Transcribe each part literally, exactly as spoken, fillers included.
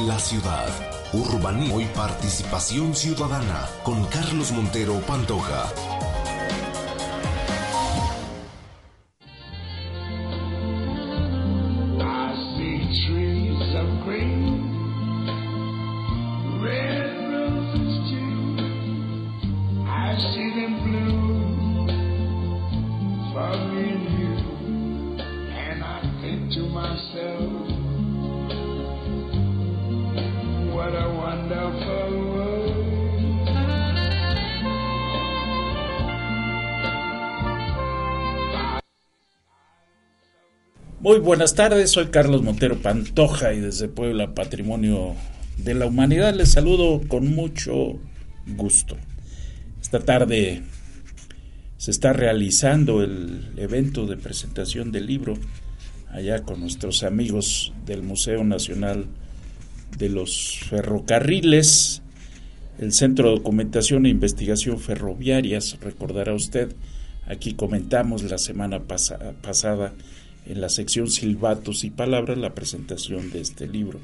en la ciudad. Urbanismo y participación ciudadana con Carlos Montero Pantoja. Muy buenas tardes, soy Carlos Montero Pantoja y desde Puebla, Patrimonio de la Humanidad, les saludo con mucho gusto. Esta tarde se está realizando el evento de presentación del libro allá con nuestros amigos del Museo Nacional de los Ferrocarriles, el Centro de Documentación e Investigación Ferroviarias. Recordará usted, aquí comentamos la semana pasa- pasada en la sección Silbatos y Palabras la presentación de este libro.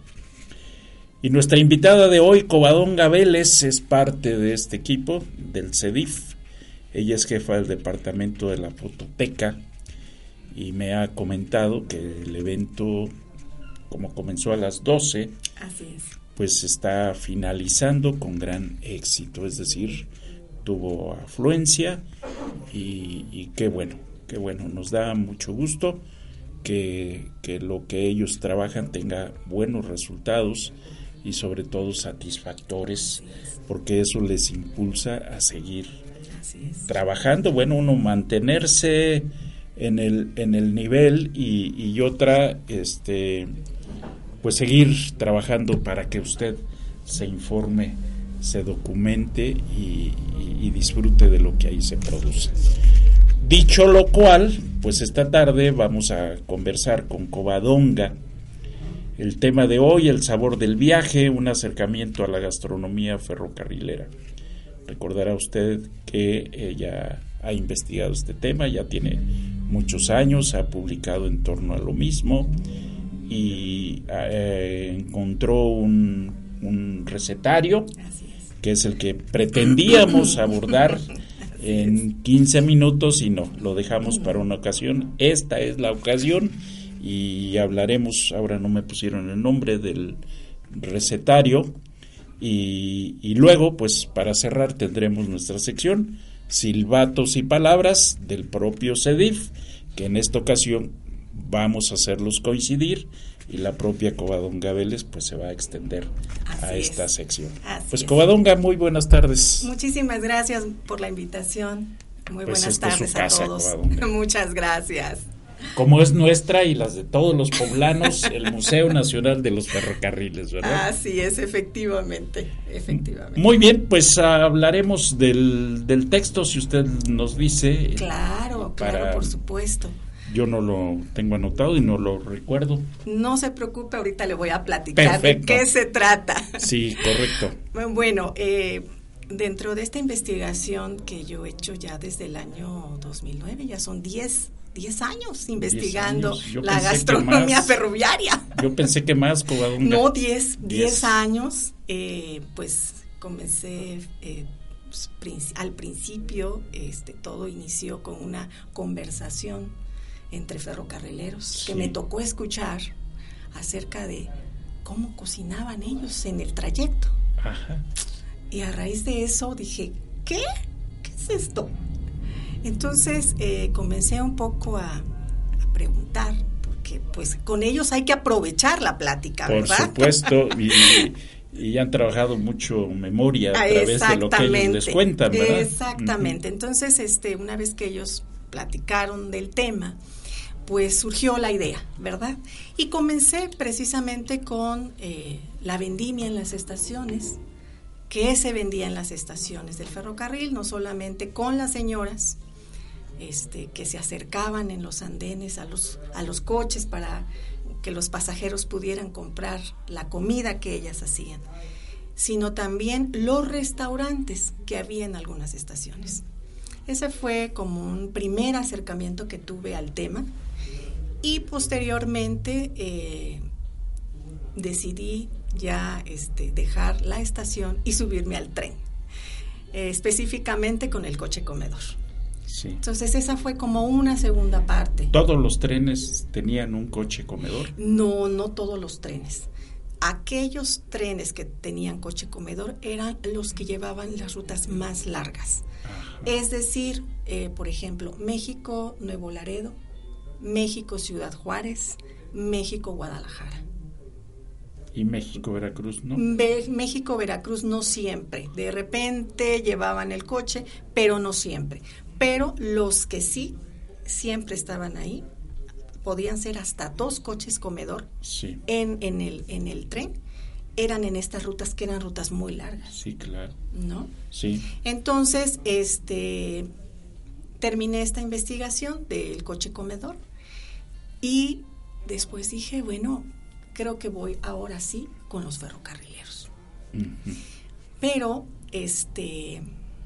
Y nuestra invitada de hoy, Covadonga Vélez, es parte de este equipo del CEDIF. Ella es jefa del departamento de la fototeca y me ha comentado que el evento, como comenzó a las doce, así es, pues está finalizando con gran éxito, es decir, tuvo afluencia y, y qué bueno, qué bueno, nos da mucho gusto que, que lo que ellos trabajan tenga buenos resultados y sobre todo satisfactores, porque eso les impulsa a seguir trabajando, bueno, uno mantenerse en el en el nivel y, y otra este pues seguir trabajando para que usted se informe, se documente y, y, y disfrute de lo que ahí se produce. Dicho lo cual, pues esta tarde vamos a conversar con Covadonga. El tema de hoy, el sabor del viaje, un acercamiento a la gastronomía ferrocarrilera. Recordará usted que ella ha investigado este tema, ya tiene muchos años, ha publicado en torno a lo mismo y eh, encontró un, un recetario, que es el que pretendíamos abordar en quince minutos y no, lo dejamos para una ocasión. Esta es la ocasión y hablaremos, ahora no me pusieron el nombre del recetario, y, y luego pues para cerrar tendremos nuestra sección Silbatos y Palabras del propio CEDIF, que en esta ocasión vamos a hacerlos coincidir y la propia Covadonga Vélez pues se va a extender Así a esta es. sección. Así pues Covadonga, muy buenas tardes. Muchísimas gracias por la invitación. Muy pues buenas tardes casa, a todos. Covadonga. Muchas gracias. Como es nuestra y las de todos los poblanos, el Museo Nacional de los Ferrocarriles, ¿verdad? Así es, efectivamente, efectivamente. Muy bien, pues hablaremos del, del texto, si usted nos dice. Claro, para, claro, por supuesto. Yo no lo tengo anotado y no lo recuerdo. No se preocupe, ahorita le voy a platicar Perfecto. de qué se trata. Sí, correcto. Bueno, eh, dentro de esta investigación que yo he hecho ya desde el año dos mil nueve, ya son diez años investigando diez años. la gastronomía más, ferroviaria. Yo pensé que más, Covadonga. No, diez años, eh, pues comencé eh, pues, al principio, este, todo inició con una conversación entre ferrocarrileros, sí, que me tocó escuchar acerca de cómo cocinaban ellos en el trayecto. Ajá. Y a raíz de eso dije, ¿qué? ¿Qué es esto? Entonces eh, comencé un poco a, a preguntar, porque pues con ellos hay que aprovechar la plática, ¿verdad? Por supuesto, y, y han trabajado mucho memoria a través de lo que ellos les cuentan, ¿verdad? Exactamente. Uh-huh. Entonces, este, una vez que ellos platicaron del tema, pues surgió la idea, ¿verdad? Y comencé precisamente con eh, la vendimia en las estaciones. ¿Qué se vendía en las estaciones del ferrocarril? No solamente con las señoras este, que se acercaban en los andenes a los, a los coches para que los pasajeros pudieran comprar la comida que ellas hacían, sino también los restaurantes que había en algunas estaciones. Ese fue como un primer acercamiento que tuve al tema y posteriormente eh, decidí ya este, dejar la estación y subirme al tren, eh, específicamente con el coche comedor. Sí. Entonces esa fue como una segunda parte. ¿Todos los trenes tenían un coche comedor? No, no todos los trenes. Aquellos trenes que tenían coche comedor eran los que llevaban las rutas más largas. Ajá. Es decir, eh, por ejemplo, México, Nuevo Laredo, México, Ciudad Juárez, México, Guadalajara. ¿Y México, Veracruz, no? Be- México, Veracruz no siempre. De repente llevaban el coche, pero no siempre. Pero los que sí, siempre estaban ahí, podían ser hasta dos coches comedor sí. en, en, el, en el tren, eran en estas rutas que eran rutas muy largas. Sí, claro. ¿No? Sí. Entonces, este, terminé esta investigación del coche comedor y después dije, bueno, creo que voy ahora sí con los ferrocarrileros. Uh-huh. Pero, este...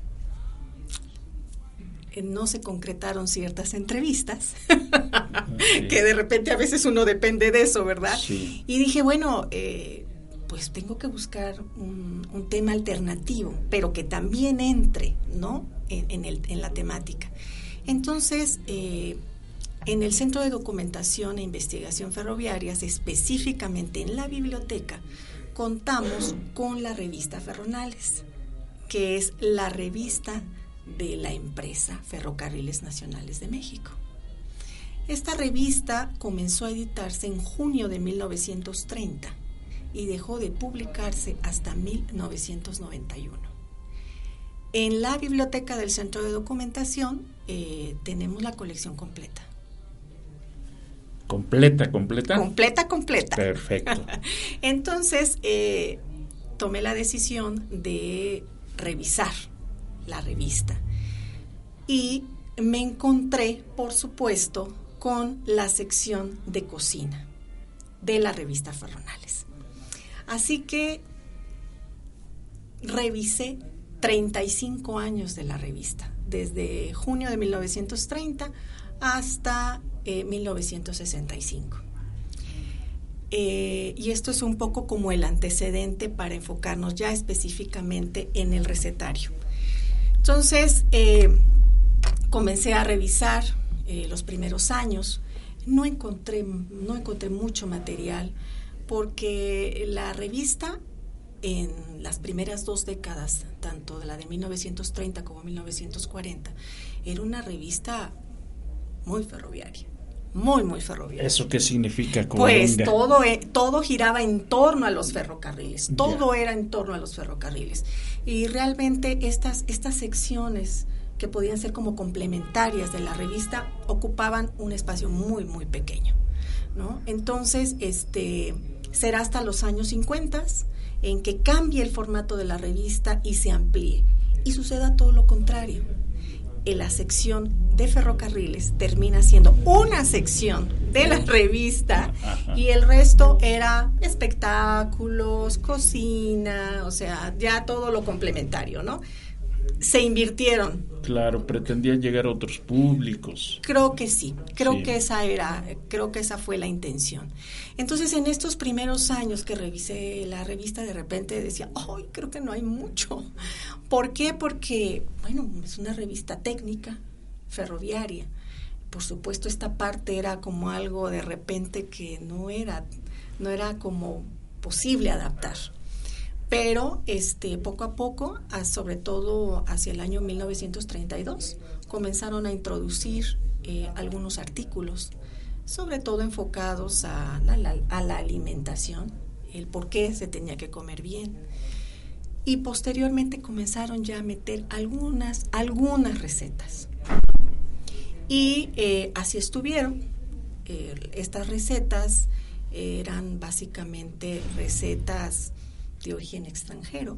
no se concretaron ciertas entrevistas, okay. que de repente a veces uno depende de eso, ¿verdad? Sí. Y dije, bueno, eh, pues tengo que buscar un, un tema alternativo, pero que también entre, ¿no? En, en, el, en la temática. Entonces, eh, en el Centro de Documentación e Investigación Ferroviarias, específicamente en la biblioteca, contamos con la revista Ferronales, que es la revista de la empresa Ferrocarriles Nacionales de México. Esta revista comenzó a editarse en junio de mil novecientos treinta y dejó de publicarse hasta mil novecientos noventa y uno. En la biblioteca del Centro de Documentación eh, tenemos la colección completa. ¿Completa, completa? Completa, completa. Perfecto. Entonces, eh, tomé la decisión de revisar la revista y me encontré, por supuesto, con la sección de cocina de la revista Ferronales. Así que revisé treinta y cinco años de la revista, desde junio de mil novecientos treinta hasta eh, mil novecientos sesenta y cinco. Eh, y esto es un poco como el antecedente para enfocarnos ya específicamente en el recetario. Entonces, eh, comencé a revisar eh, los primeros años. No encontré, no encontré mucho material porque la revista en las primeras dos décadas, tanto de la de mil novecientos treinta como mil novecientos cuarenta, era una revista muy ferroviaria. Muy, muy ferroviaria. ¿Eso qué significa? Pues todo, eh, todo giraba en torno a los ferrocarriles, todo yeah. era en torno a los ferrocarriles. Y realmente estas, estas secciones que podían ser como complementarias de la revista ocupaban un espacio muy, muy pequeño, ¿no? Entonces, este, será hasta los años cincuenta en que cambie el formato de la revista y se amplíe. Y suceda todo lo contrario. En la sección de ferrocarriles termina siendo una sección de la revista. Ajá. Y el resto era espectáculos, cocina, o sea, ya todo lo complementario, ¿no? Se invirtieron. Claro, pretendían llegar a otros públicos. Creo que sí, creo sí. que esa era, creo que esa fue la intención. Entonces, en estos primeros años que revisé la revista, de repente decía, ¡ay, creo que no hay mucho! ¿Por qué? Porque, bueno, es una revista técnica, ferroviaria. Por supuesto, esta parte era como algo de repente que no era, no era como posible adaptar. Pero este, poco a poco, a, sobre todo hacia el año mil novecientos treinta y dos, comenzaron a introducir eh, algunos artículos, sobre todo enfocados a, a, la, a la alimentación, el por qué se tenía que comer bien. Y posteriormente comenzaron ya a meter algunas, algunas recetas. Y eh, así estuvieron. Eh, estas recetas eran básicamente recetas de origen extranjero.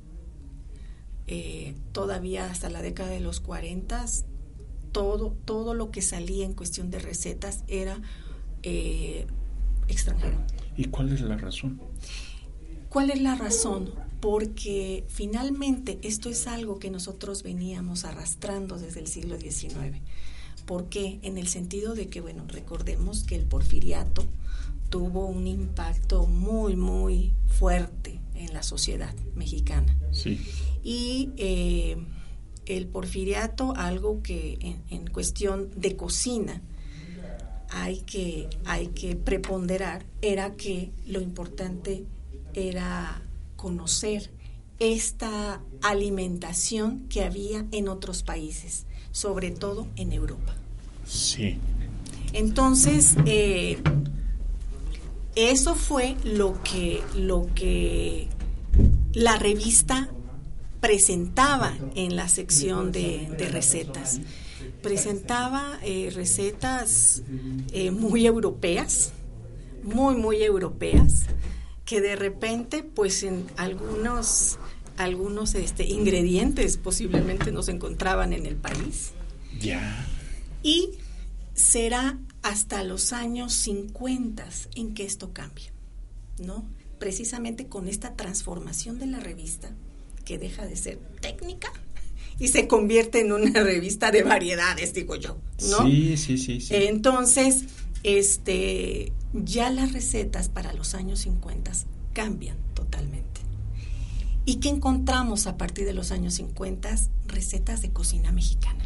Eh, todavía hasta la década de los cuarenta, todo, todo lo que salía en cuestión de recetas era eh, extranjero. ¿Y cuál es la razón? ¿Cuál es la razón? Porque finalmente esto es algo que nosotros veníamos arrastrando desde el siglo diecinueve. ¿Por qué? En el sentido de que, bueno, recordemos que el porfiriato tuvo un impacto muy, muy fuerte en la sociedad mexicana. Sí. Y eh, el porfiriato, algo que en, en cuestión de cocina hay que, hay que preponderar, era que lo importante era conocer esta alimentación que había en otros países, sobre todo en Europa. Sí. Entonces, eh, eso fue lo que, lo que la revista presentaba en la sección de, de recetas. Presentaba eh, recetas eh, muy europeas, muy, muy europeas, que de repente, pues en algunos, algunos este, ingredientes posiblemente no se encontraban en el país. Ya. Y será hasta los años cincuenta en que esto cambia, ¿no? Precisamente con esta transformación de la revista, que deja de ser técnica y se convierte en una revista de variedades, digo yo, ¿no? Sí, sí, sí, sí. Entonces, este, ya las recetas para los años cincuenta cambian totalmente. ¿Y qué encontramos a partir de los años cincuenta? Recetas de cocina mexicana.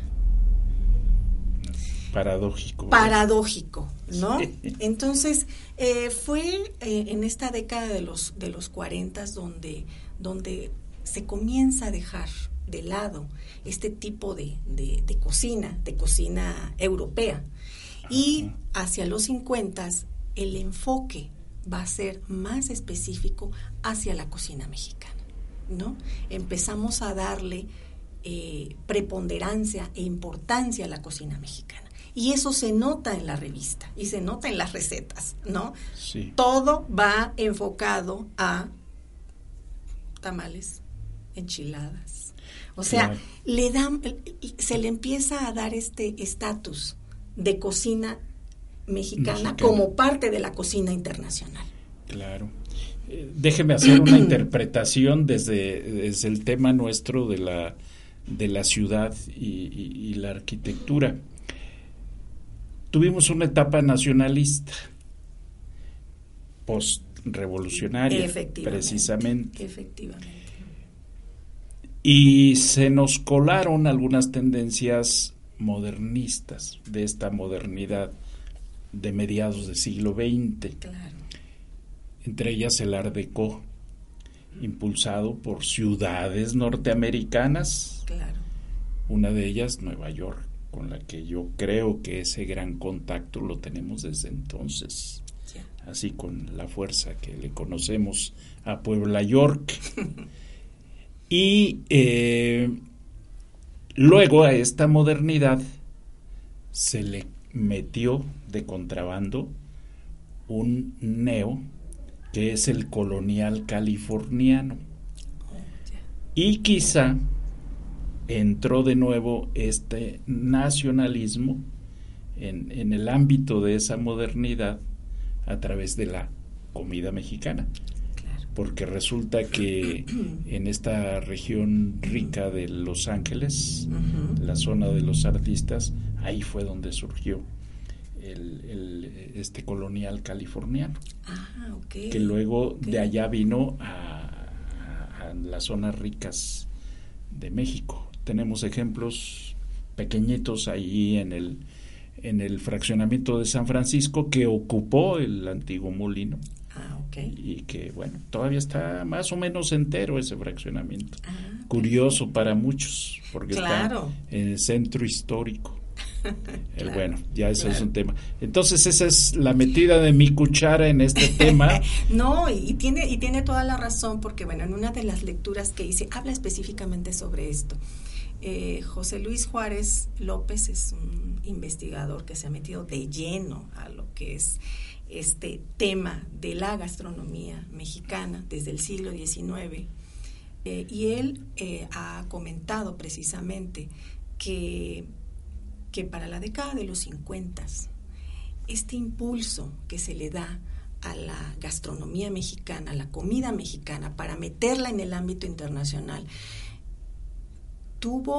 Paradójico. Paradójico, ¿no? Sí. Entonces, eh, fue eh, en esta década de los de los cuarenta donde, donde se comienza a dejar de lado este tipo de, de, de cocina, de cocina europea. Y hacia los cincuenta el enfoque va a ser más específico hacia la cocina mexicana, ¿no? Empezamos a darle eh, preponderancia e importancia a la cocina mexicana. Y eso se nota en la revista y se nota en las recetas, ¿no? Sí. Todo va enfocado a tamales, enchiladas. O sea, claro, le dan, se le empieza a dar este estatus de cocina mexicana, mexicana como parte de la cocina internacional. Claro. Eh, déjeme hacer una interpretación desde, desde el tema nuestro de la, de la ciudad y, y, y la arquitectura. Tuvimos una etapa nacionalista, post-revolucionaria, efectivamente, precisamente. Efectivamente. Y se nos colaron algunas tendencias modernistas de esta modernidad de mediados del siglo veinte. Claro. Entre ellas el Art Deco, impulsado por ciudades norteamericanas. Claro. Una de ellas, Nueva York, con la que yo creo que ese gran contacto lo tenemos desde entonces, yeah. así con la fuerza que le conocemos a Puebla York. Y eh, luego a esta modernidad se le metió de contrabando un neo que es el colonial californiano. Oh, yeah. Y quizá entró de nuevo este nacionalismo en, en el ámbito de esa modernidad a través de la comida mexicana. Claro. Porque resulta que en esta región rica de Los Ángeles, uh-huh. la zona de los artistas, ahí fue donde surgió el, el, este colonial californiano. Ah, okay. Que luego okay. de allá vino a, a, a las zonas ricas de México. Tenemos ejemplos pequeñitos ahí en el en el fraccionamiento de San Francisco que ocupó el antiguo molino. Ah, okay. Y que bueno, todavía está más o menos entero ese fraccionamiento. Ah, curioso para muchos, porque claro. está en el centro histórico. El, claro, bueno, ya eso claro. es un tema. Entonces esa es la metida de mi cuchara en este tema. No, y tiene y tiene toda la razón, porque bueno, en una de las lecturas que hice habla específicamente sobre esto. Eh, José Luis Juárez López es un investigador que se ha metido de lleno a lo que es este tema de la gastronomía mexicana desde el siglo diecinueve, eh, y él eh, ha comentado precisamente que que para la década de los cincuenta, este impulso que se le da a la gastronomía mexicana, a la comida mexicana, para meterla en el ámbito internacional, tuvo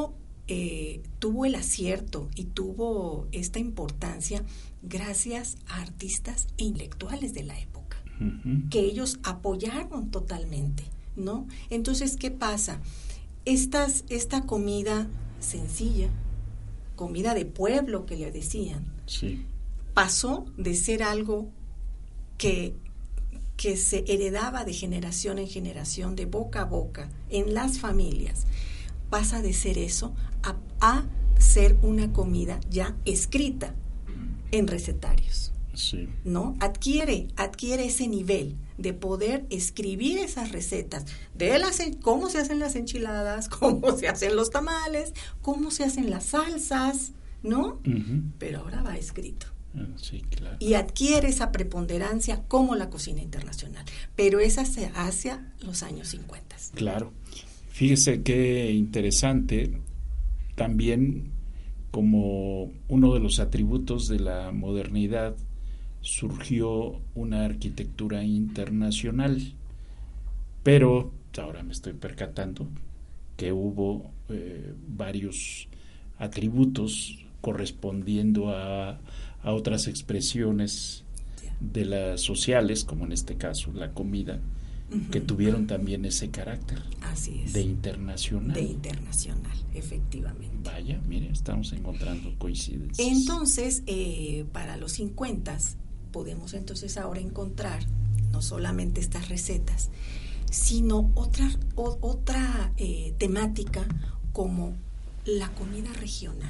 eh, tuvo el acierto y tuvo esta importancia gracias a artistas e intelectuales de la época, uh-huh. que ellos apoyaron totalmente, ¿no? Entonces, ¿qué pasa? Estas, esta comida sencilla, comida de pueblo que le decían, sí. pasó de ser algo que, que se heredaba de generación en generación, de boca a boca, en las familias, pasa de ser eso a, a ser una comida ya escrita en recetarios. Sí. ¿No? Adquiere, adquiere ese nivel de poder escribir esas recetas de las, cómo se hacen las enchiladas, cómo se hacen los tamales, cómo se hacen las salsas, ¿no? Uh-huh. Pero ahora va escrito. Uh, sí, claro. Y adquiere esa preponderancia como la cocina internacional. Pero esa se hace los años cincuenta. Claro. Fíjese qué interesante, también como uno de los atributos de la modernidad surgió una arquitectura internacional, pero ahora me estoy percatando que hubo eh, varios atributos correspondiendo a, a otras expresiones de las sociales, como en este caso la comida, uh-huh. que tuvieron también ese carácter. Así es. De internacional. De internacional, efectivamente. Vaya, mire, estamos encontrando coincidencias. Entonces, eh, para los cincuentas, podemos entonces ahora encontrar no solamente estas recetas, sino otra, o, otra eh, temática como la comida regional.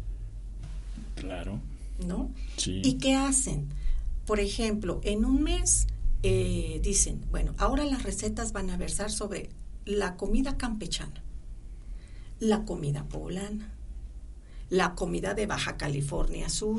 Claro. ¿No? Sí. ¿Y qué hacen? Por ejemplo, en un mes eh, dicen, bueno, ahora las recetas van a versar sobre la comida campechana, la comida poblana, la comida de Baja California Sur,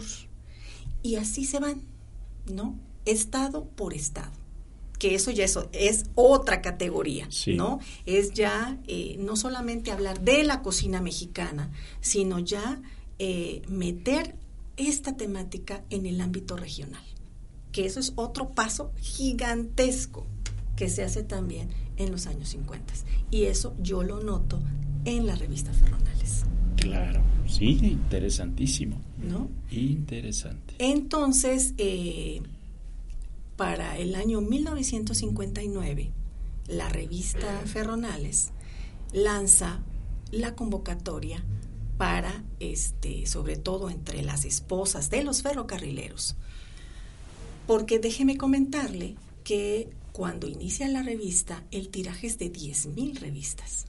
y así se van, ¿no? Estado por estado, que eso ya eso es otra categoría, sí. ¿no? Es ya eh, no solamente hablar de la cocina mexicana, sino ya eh, meter esta temática en el ámbito regional, que eso es otro paso gigantesco que se hace también en los años cincuenta, y eso yo lo noto en la revista Ferronales. Claro, sí, interesantísimo, ¿no? Interesante. Entonces, eh, para el año mil novecientos cincuenta y nueve, la revista Ferronales lanza la convocatoria para, este, sobre todo entre las esposas de los ferrocarrileros, porque déjeme comentarle que cuando inicia la revista, el tiraje es de diez mil revistas.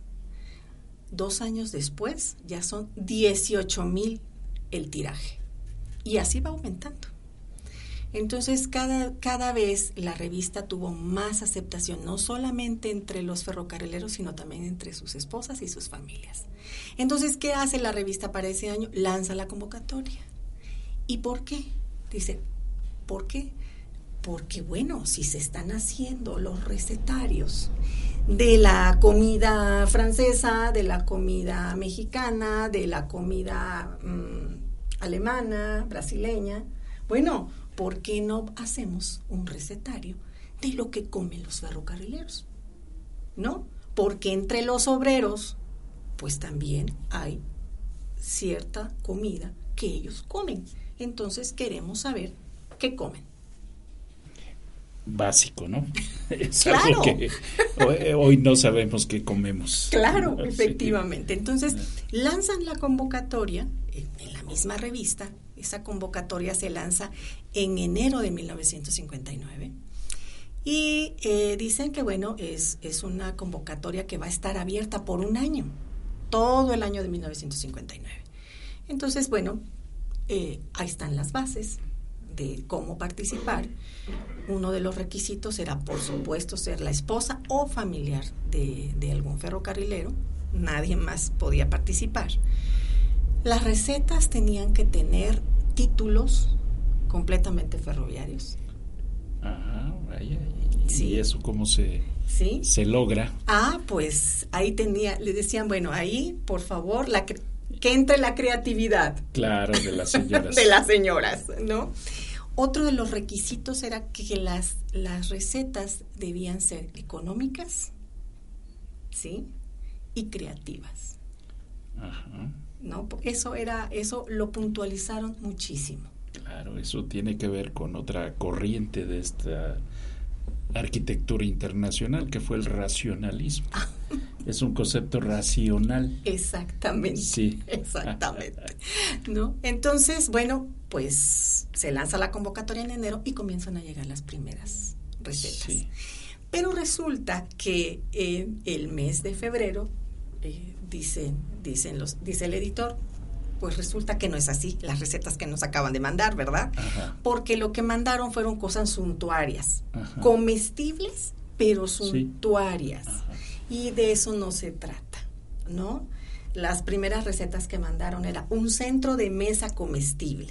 Dos años después ya son dieciocho mil el tiraje, y así va aumentando. Entonces cada, cada vez la revista tuvo más aceptación, no solamente entre los ferrocarrileros, sino también entre sus esposas y sus familias. Entonces, ¿qué hace la revista para ese año? Lanza la convocatoria. ¿Y por qué? Dice, ¿por qué? Porque, bueno, si se están haciendo los recetarios de la comida francesa, de la comida mexicana, de la comida mmm, alemana, brasileña, bueno, ¿por qué no hacemos un recetario de lo que comen los ferrocarrileros? ¿No? Porque entre los obreros, pues también hay cierta comida que ellos comen. Entonces queremos saber qué comen. Básico, ¿no? Es claro. algo que hoy, hoy no sabemos qué comemos. Claro, ¿no? Efectivamente. Entonces, lanzan la convocatoria en la misma revista. Esa convocatoria se lanza en enero de mil novecientos cincuenta y nueve. Y eh, dicen que, bueno, es, es una convocatoria que va a estar abierta por un año, todo el año de mil novecientos cincuenta y nueve. Entonces, bueno, eh, ahí están las bases de cómo participar. Uno de los requisitos era, por supuesto, ser la esposa o familiar de, de algún ferrocarrilero. Nadie más podía participar. Las recetas tenían que tener títulos completamente ferroviarios. Ajá, vaya. ¿Y sí. eso cómo se, ¿Sí? se logra? Ah, pues ahí tenía, le decían, bueno, ahí, por favor, la que, que entre la creatividad. Claro, de las señoras. de las señoras, ¿no? Otro de los requisitos era que las, las recetas debían ser económicas, ¿sí? Y creativas. Ajá. ¿no? Eso era, eso lo puntualizaron muchísimo. Claro, eso tiene que ver con otra corriente de esta arquitectura internacional, que fue el racionalismo. Es un concepto racional. Exactamente. Sí. Exactamente. ¿No? Entonces, bueno, pues se lanza la convocatoria en enero y comienzan a llegar las primeras recetas. Sí. Pero resulta que en el mes de febrero, eh, dicen, dicen los, dice el editor, pues resulta que no es así, las recetas que nos acaban de mandar, ¿verdad? Ajá. Porque lo que mandaron fueron cosas suntuarias, Ajá. comestibles, pero suntuarias. Sí. Y de eso no se trata, ¿no? Las primeras recetas que mandaron era un centro de mesa comestible,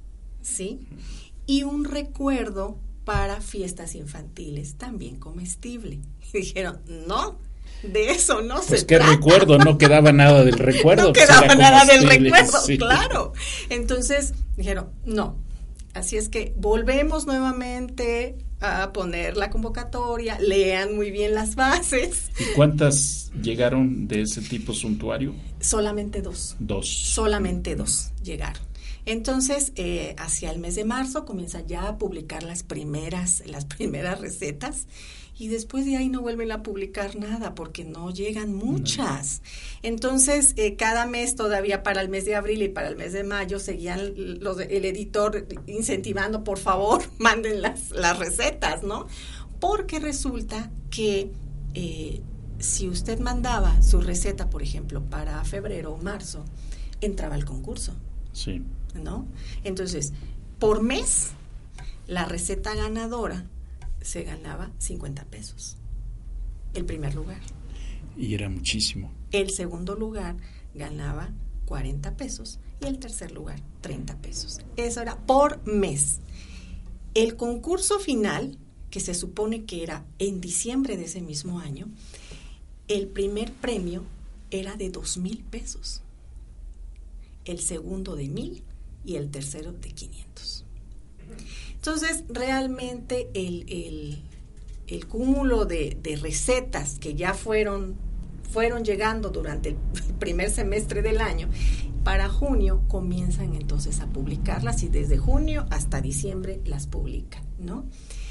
¿sí? Y un recuerdo para fiestas infantiles, también comestible. Y dijeron, no, de eso no pues se qué trata. recuerdo, no quedaba nada del recuerdo. No pues quedaba nada del recuerdo, sí. claro. Entonces dijeron, no. Así es que volvemos nuevamente a poner la convocatoria, lean muy bien las bases. ¿Y cuántas llegaron de ese tipo suntuario? Solamente dos. Dos. Solamente dos llegaron. Entonces, eh, hacia el mes de marzo comienza ya a publicar las primeras, las primeras recetas, y después de ahí no vuelven a publicar nada porque no llegan muchas. Entonces, eh, cada mes todavía para el mes de abril y para el mes de mayo seguían los, el editor incentivando, por favor, manden las, las recetas, ¿no? Porque resulta que eh, si usted mandaba su receta, por ejemplo, para febrero o marzo, entraba al concurso. Sí. ¿No? Entonces, por mes, la receta ganadora se ganaba cincuenta pesos. El primer lugar. Y era muchísimo. El segundo lugar ganaba cuarenta pesos y el tercer lugar treinta pesos. Eso era por mes. El concurso final, que se supone que era en diciembre de ese mismo año, el primer premio era de dos mil pesos. El segundo de mil y el tercero de quinientos. Entonces, realmente el, el, el cúmulo de, de recetas que ya fueron, fueron llegando durante el primer semestre del año, para junio comienzan entonces a publicarlas y desde junio hasta diciembre las publican, ¿no?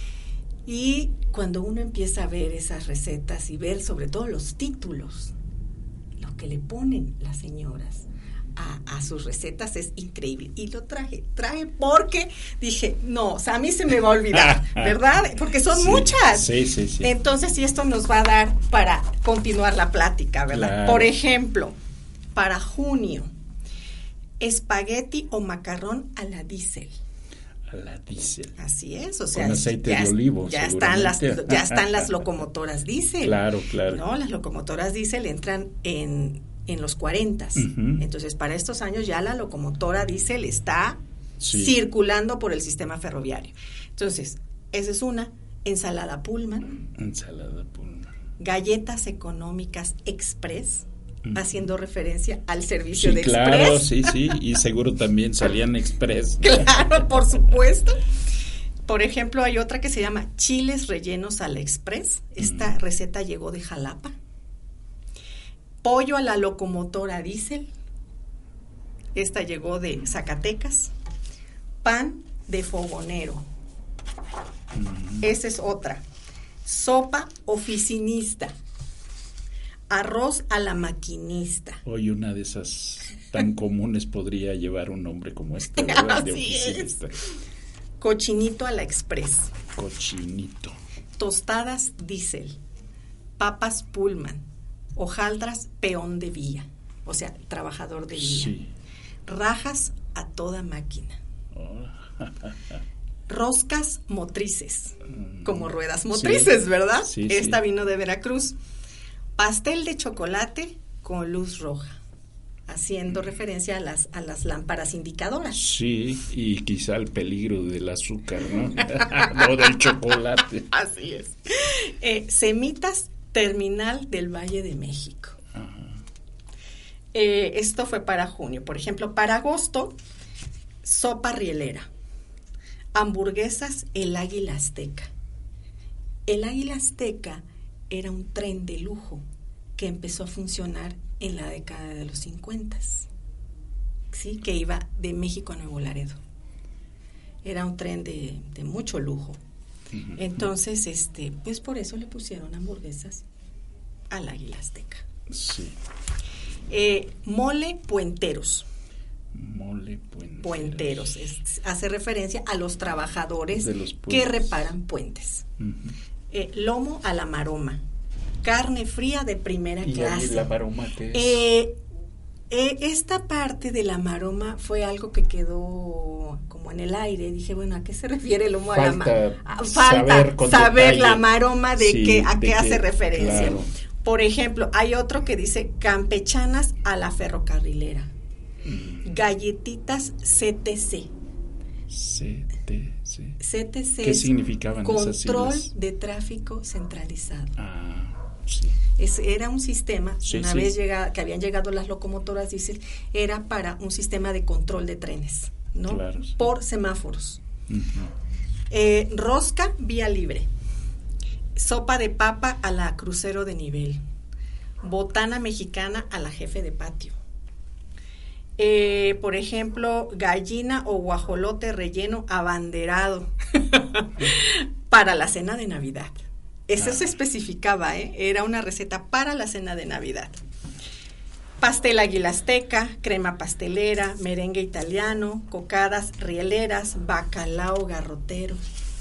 Y cuando uno empieza a ver esas recetas y ver sobre todo los títulos, lo que le ponen las señoras A, a sus recetas es increíble. Y lo traje, traje porque dije, no, o sea, a mí se me va a olvidar, ¿verdad? Porque son sí, muchas. Sí, sí, sí. Entonces, y esto nos va a dar para continuar la plática, ¿verdad? Claro. Por ejemplo, para junio, espagueti o macarrón a la diésel. A la diésel. Así es, o sea, con aceite ya, de olivo, ya están las seguramente. ya están las locomotoras diésel. Claro, claro. No, las locomotoras diésel entran en en los cuarentas. Uh-huh. Entonces, para estos años ya la locomotora diésel está sí. circulando por el sistema ferroviario. Entonces, esa es una. Ensalada Pullman. Ensalada Pullman. Galletas económicas Express, uh-huh. haciendo referencia al servicio sí, de claro, Express. Sí, sí, y seguro también salían Express. Claro, por supuesto. Por ejemplo, hay otra que se llama chiles rellenos a la Express. Esta uh-huh. receta llegó de Jalapa. Pollo a la locomotora diésel. Esta llegó de Zacatecas. Pan de fogonero. Mm. Esa es otra. Sopa oficinista. Arroz a la maquinista. Hoy una de esas tan comunes podría llevar un nombre como este, ¿verdad? De oficinista. Es. Cochinito a la Express. Cochinito. Tostadas diésel. Papas Pullman. Hojaldras peón de vía, o sea, trabajador de vía. Sí. Rajas a toda máquina. Oh. Roscas motrices, mm. como ruedas motrices, sí. ¿verdad? Sí, Esta sí. vino de Veracruz. Pastel de chocolate con luz roja, haciendo mm. referencia a las, a las lámparas indicadoras. Sí, y quizá el peligro del azúcar, ¿no? No del chocolate. Así es. Eh, semitas Terminal del Valle de México. Uh-huh. Eh, esto fue para junio. Por ejemplo, para agosto, sopa rielera, hamburguesas El Águila Azteca. El Águila Azteca era un tren de lujo que empezó a funcionar en la década de los cincuenta. sí, que iba de México a Nuevo Laredo. Era un tren de, de mucho lujo. Uh-huh. Entonces, este, pues por eso le pusieron hamburguesas al Águila Azteca. Sí. Eh, mole Puenteros. Mole Puenteros. Puenteros. Es, hace referencia a los trabajadores de los que reparan puentes. Uh-huh. Eh, lomo a la maroma. Carne fría de primera ¿Y clase. ¿Y la maroma qué es? Eh, eh, esta parte de la maroma fue algo que quedó como en el aire. Dije, bueno, ¿a qué se refiere el lomo falta a la maroma? Falta saber, saber la maroma de, sí, que, a de qué que, hace referencia. Claro. Por ejemplo, hay otro que dice campechanas a la ferrocarrilera. Mm. Galletitas C T C. C T C. C T C. ¿Qué significaban esas siglas? Control de tráfico centralizado. Ah, sí. Es, era un sistema, sí, una sí. vez llega, que habían llegado las locomotoras diésel, era para un sistema de control de trenes, ¿no? Claro, sí. Por semáforos. Uh-huh. Eh, rosca vía libre. Sopa de papa a la crucero de nivel. Botana mexicana a la jefe de patio. Eh, por ejemplo, gallina o guajolote relleno abanderado para la cena de Navidad. Eso ah. se especificaba, ¿eh? Era una receta para la cena de Navidad. Pastel Águila Azteca, crema pastelera, merengue italiano, cocadas rieleras, bacalao garrotero.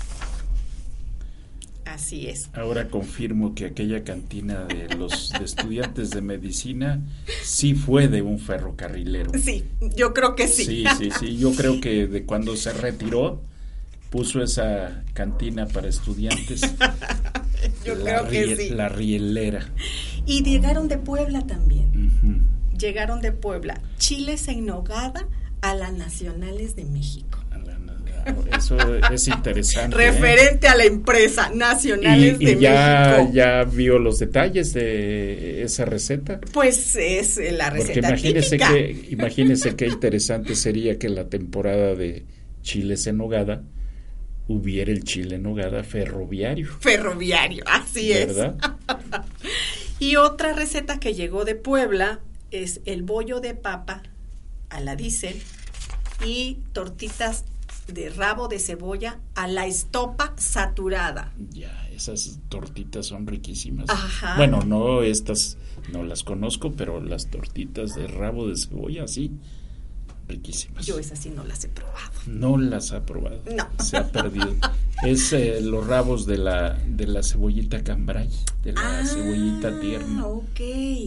Así es. Ahora confirmo que aquella cantina de los de estudiantes de medicina sí fue de un ferrocarrilero. Sí, yo creo que sí. Sí, sí, sí. Yo creo que de cuando se retiró puso esa cantina para estudiantes. Yo la creo que sí. La rielera. Y llegaron de Puebla también. Uh-huh. Llegaron de Puebla. Chiles en nogada a las Nacionales de México. Eso es interesante. Referente ¿eh? a la empresa Nacionales y, de y ya, México. ¿Ya vio los detalles de esa receta? Pues es la receta Porque imagínese típica. que, imagínese qué interesante sería que en la temporada de chiles en nogada hubiera el chile en nogada ferroviario. Ferroviario, así ¿verdad? es. Y otra receta que llegó de Puebla es el bollo de papa a la diésel y tortitas de rabo de cebolla a la estopa saturada. Ya, esas tortitas son riquísimas. Ajá. Bueno, no, estas no las conozco, pero las tortitas de rabo de cebolla, sí, riquísimas. Yo esas sí no las he probado. No las ha probado. No. Se ha perdido. Es eh, los rabos de la de la cebollita cambray, de la ah, cebollita tierna. Ok.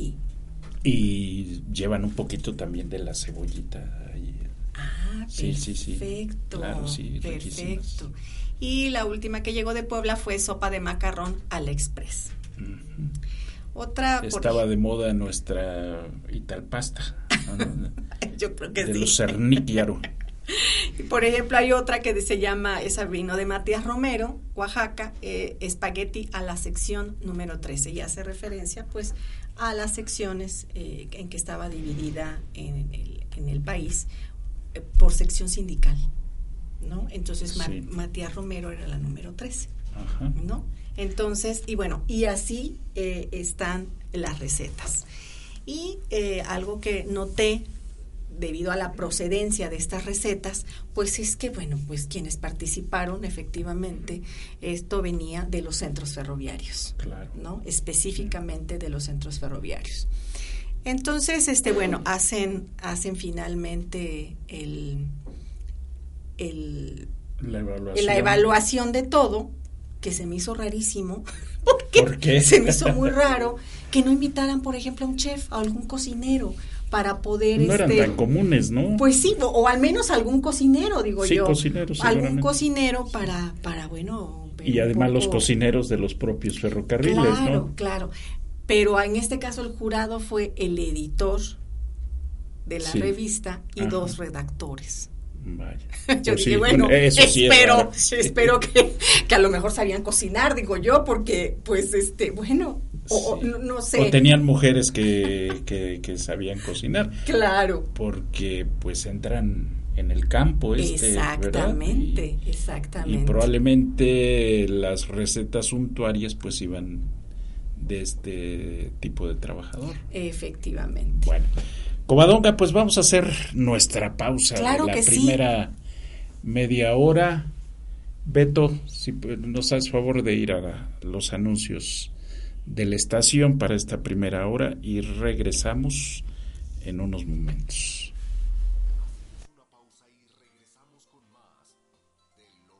Y llevan un poquito también de la cebollita. Ah, sí, perfecto. Sí, sí. Claro, sí, perfecto. Y la última que llegó de Puebla fue sopa de macarrón al express. Uh-huh. Otra estaba por... de moda nuestra Italpasta, ¿no? Yo creo que de sí. los Cerníquiaro. Por ejemplo, hay otra que se llama, esa vino de Matías Romero, Oaxaca, eh, espagueti a la sección número trece, y hace referencia pues a las secciones eh, en que estaba dividida en el, en el país eh, por sección sindical, ¿no? Entonces Ma- sí. Matías Romero era la número trece, ajá, ¿no? Entonces, y bueno, y así eh, están las recetas. Y eh, algo que noté debido a la procedencia de estas recetas, pues es que, bueno, pues quienes participaron, efectivamente, esto venía de los centros ferroviarios, claro, ¿no? Específicamente de los centros ferroviarios. Entonces, este, bueno, hacen, hacen finalmente el, el, la evaluación. la evaluación de todo, que se me hizo rarísimo, porque ¿por qué? Se me hizo muy raro que no invitaran, por ejemplo, a un chef, a algún cocinero, para poder... No este, eran tan comunes, ¿no? Pues sí, o, o al menos algún cocinero, digo sí, yo. Cocinero, algún cocinero para, para bueno... Y además poco... los cocineros de los propios ferrocarriles, claro, ¿no? Claro, claro. Pero en este caso el jurado fue el editor de la sí. revista y Ajá. dos redactores. Vaya. Yo pues dije, sí, bueno, eso sí espero, sí. espero que, que a lo mejor sabían cocinar, digo yo, porque pues este, bueno, o, sí. o no, no sé. O tenían mujeres que, que, que sabían cocinar. Claro. Porque pues entran en el campo este, exactamente, y, exactamente. Y probablemente las recetas suntuarias pues iban de este tipo de trabajador. Efectivamente. Bueno. Covadonga, pues vamos a hacer nuestra pausa claro de la que primera sí. media hora. Beto, si nos haces favor de ir a la, los anuncios de la estación para esta primera hora y regresamos en unos momentos. Una pausa y regresamos con más de Lo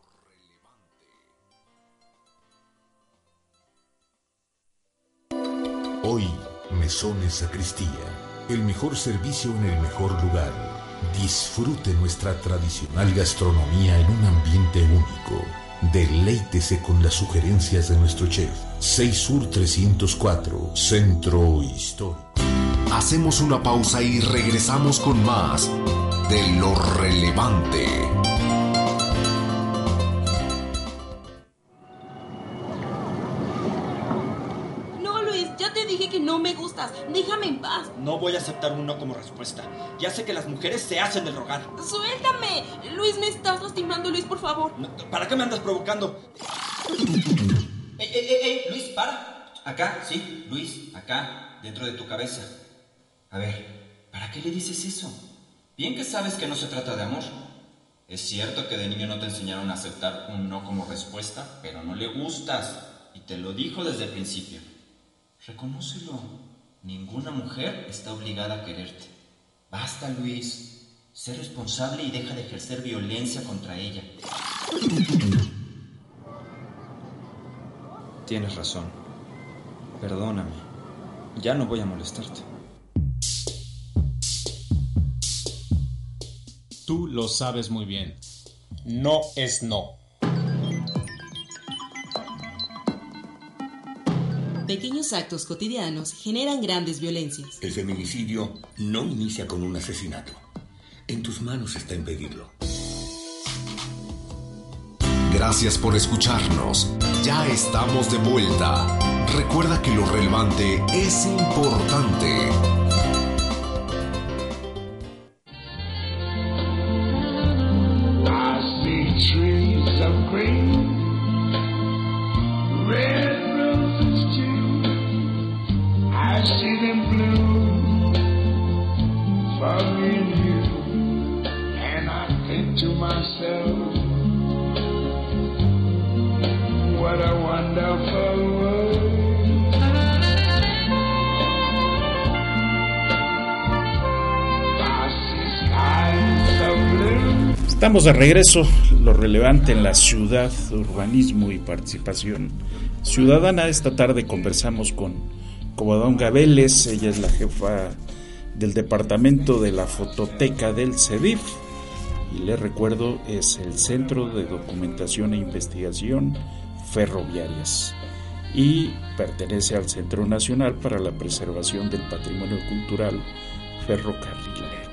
Relevante. Hoy, Mesones Sacristía, el mejor servicio en el mejor lugar. Disfrute nuestra tradicional gastronomía en un ambiente único. Deleítese con las sugerencias de nuestro chef. seis Sur trescientos cuatro, Centro Histórico. Hacemos una pausa y regresamos con más de Lo Relevante. No me gustas, déjame en paz. No voy a aceptar un no como respuesta. Ya sé que las mujeres se hacen del rogar. Suéltame, Luis, me estás lastimando, Luis, por favor. ¿Para qué me andas provocando? ¡Ey, ey, ey, ey! Luis, para. Acá, sí, Luis, acá, dentro de tu cabeza. A ver, ¿para qué le dices eso? Bien que sabes que no se trata de amor. Es cierto que de niño no te enseñaron a aceptar un no como respuesta, pero no le gustas. Y te lo dijo desde el principio. Reconócelo. Ninguna mujer está obligada a quererte. Basta, Luis. Sé responsable y deja de ejercer violencia contra ella. Tienes razón. Perdóname. Ya no voy a molestarte. Tú lo sabes muy bien. No es no. Pequeños actos cotidianos generan grandes violencias. El feminicidio no inicia con un asesinato. En tus manos está impedirlo. Gracias por escucharnos. Ya estamos de vuelta. Recuerda que lo relevante es importante. I see trees of green, red roses too. I see them blue for me and you, and I think to myself, what a wonderful world. I see skies of blue. Estamos de regreso, lo relevante en la ciudad, urbanismo y participación ciudadana. Esta tarde conversamos con Covadonga Vélez, ella es la jefa del departamento de la fototeca del CEDIF y les recuerdo es el Centro de Documentación e Investigación Ferroviarias y pertenece al Centro Nacional para la Preservación del Patrimonio Cultural Ferrocarrilero.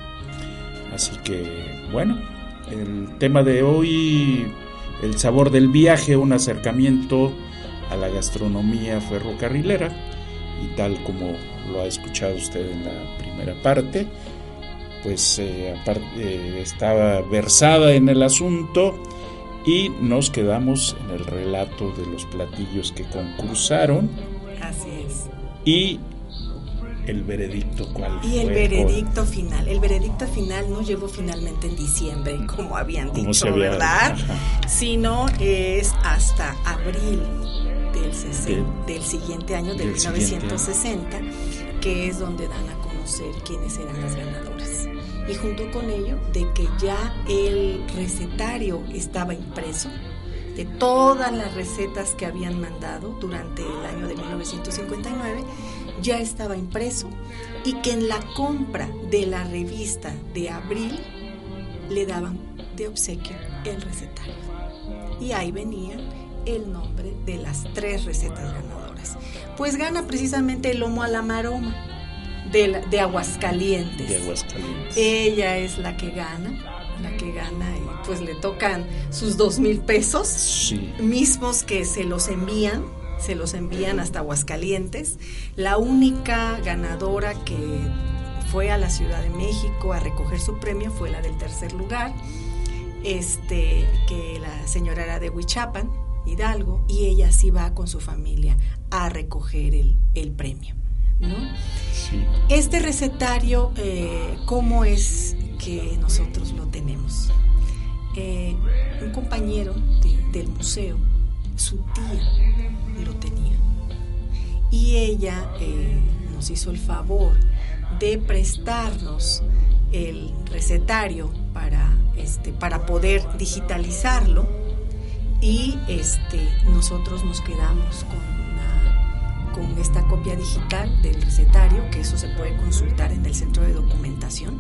Así que bueno, el tema de hoy, el sabor del viaje, un acercamiento a la gastronomía ferrocarrilera. Y tal como lo ha escuchado usted en la primera parte, pues eh, aparte, eh, estaba versada en el asunto y nos quedamos en el relato de los platillos que concursaron. Así es. Y el veredicto, ¿cuál y fue? el veredicto o... final. El veredicto final no llegó finalmente en diciembre, como habían dicho, se había... ¿verdad? Ajá. Sino es hasta abril del, sesenta, del siguiente año, de mil novecientos sesenta, que es donde dan a conocer quiénes eran las ganadoras. Y junto con ello, de que ya el recetario estaba impreso de todas las recetas que habían mandado durante el año de mil novecientos cincuenta y nueve, ya estaba impreso, y que en la compra de la revista de abril le daban de obsequio el recetario. Y ahí venía el nombre de las tres recetas ganadoras. Pues gana precisamente el lomo a la maroma de, la, de Aguascalientes. De Aguascalientes. Ella es la que gana, la que gana y pues le tocan sus dos mil pesos, sí, mismos que se los envían, se los envían hasta Aguascalientes. La única ganadora que fue a la Ciudad de México a recoger su premio fue la del tercer lugar, este, que la señora era de Huichapan, Hidalgo, y ella sí va con su familia a recoger el, el premio. ¿no? Sí. Este recetario, eh, ¿cómo es que nosotros lo tenemos? Eh, un compañero de, del museo, su tía lo tenía, y ella eh, nos hizo el favor de prestarnos el recetario para, este, para poder digitalizarlo, y este, nosotros nos quedamos con, una, con esta copia digital del recetario, que eso se puede consultar en el centro de documentación,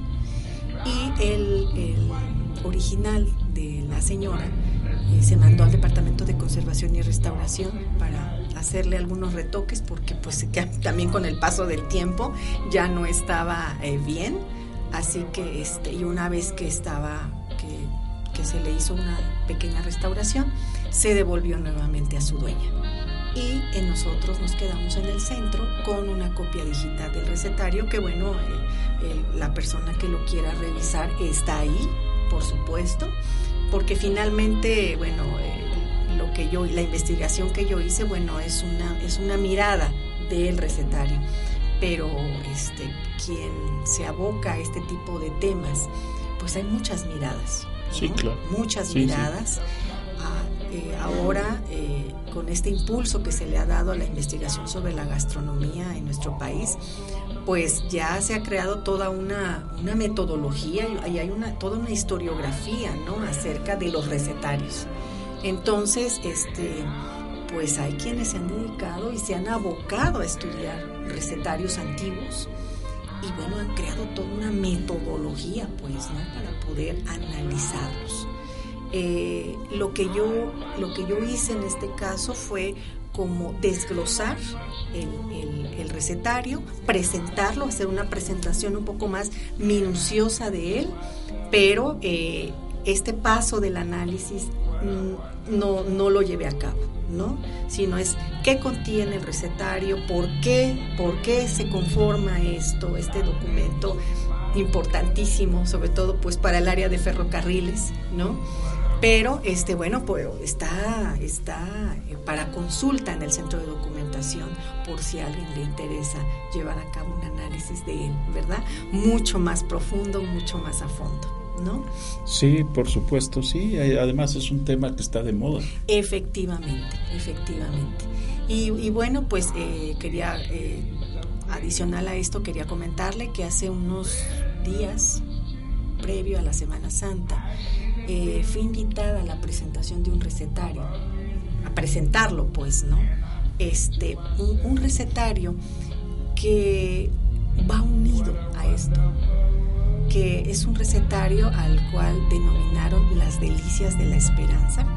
y el, el original de la señora eh, se mandó al Departamento de Conservación y Restauración para hacerle algunos retoques, porque pues ya, también con el paso del tiempo ya no estaba eh, bien, así que este, y una vez que estaba que, que se le hizo una pequeña restauración, se devolvió nuevamente a su dueña, y en nosotros nos quedamos en el centro con una copia digital del recetario, que bueno, eh, eh, la persona que lo quiera revisar está ahí, por supuesto, porque finalmente, bueno, eh, lo que yo, la investigación que yo hice, bueno, es una, es una mirada del recetario, pero este, quien se aboca a este tipo de temas, pues hay muchas miradas, ¿no? Sí, claro. Muchas sí, miradas. Sí. Ah, eh, ahora, eh, con este impulso que se le ha dado a la investigación sobre la gastronomía en nuestro país, pues ya se ha creado toda una, una metodología y hay una, toda una historiografía, ¿no?, acerca de los recetarios. Entonces, este, pues hay quienes se han dedicado y se han abocado a estudiar recetarios antiguos, y bueno, han creado toda una metodología, pues, ¿no?, para poder analizarlos. Eh, lo que yo, lo que yo hice en este caso fue como desglosar el, el, el recetario, presentarlo, hacer una presentación un poco más minuciosa de él, pero eh, este paso del análisis mm, no, no lo llevé a cabo, ¿no? Sino es qué contiene el recetario, por qué, por qué se conforma esto, este documento importantísimo, sobre todo pues para el área de ferrocarriles, ¿no? Pero este bueno, pues está está para consulta en el centro de documentación, por si a alguien le interesa llevar a cabo un análisis de él, ¿verdad? Mucho más profundo, mucho más a fondo, ¿no? Sí, por supuesto, sí. Además es un tema que está de moda. Efectivamente, efectivamente. Y, y bueno, pues eh, quería eh, adicional a esto quería comentarle que hace unos días, previo a la Semana Santa, eh, fui invitada a la presentación de un recetario, a presentarlo, pues, ¿no? Este, un, un recetario que va unido a esto, que es un recetario al cual denominaron las delicias de la esperanza,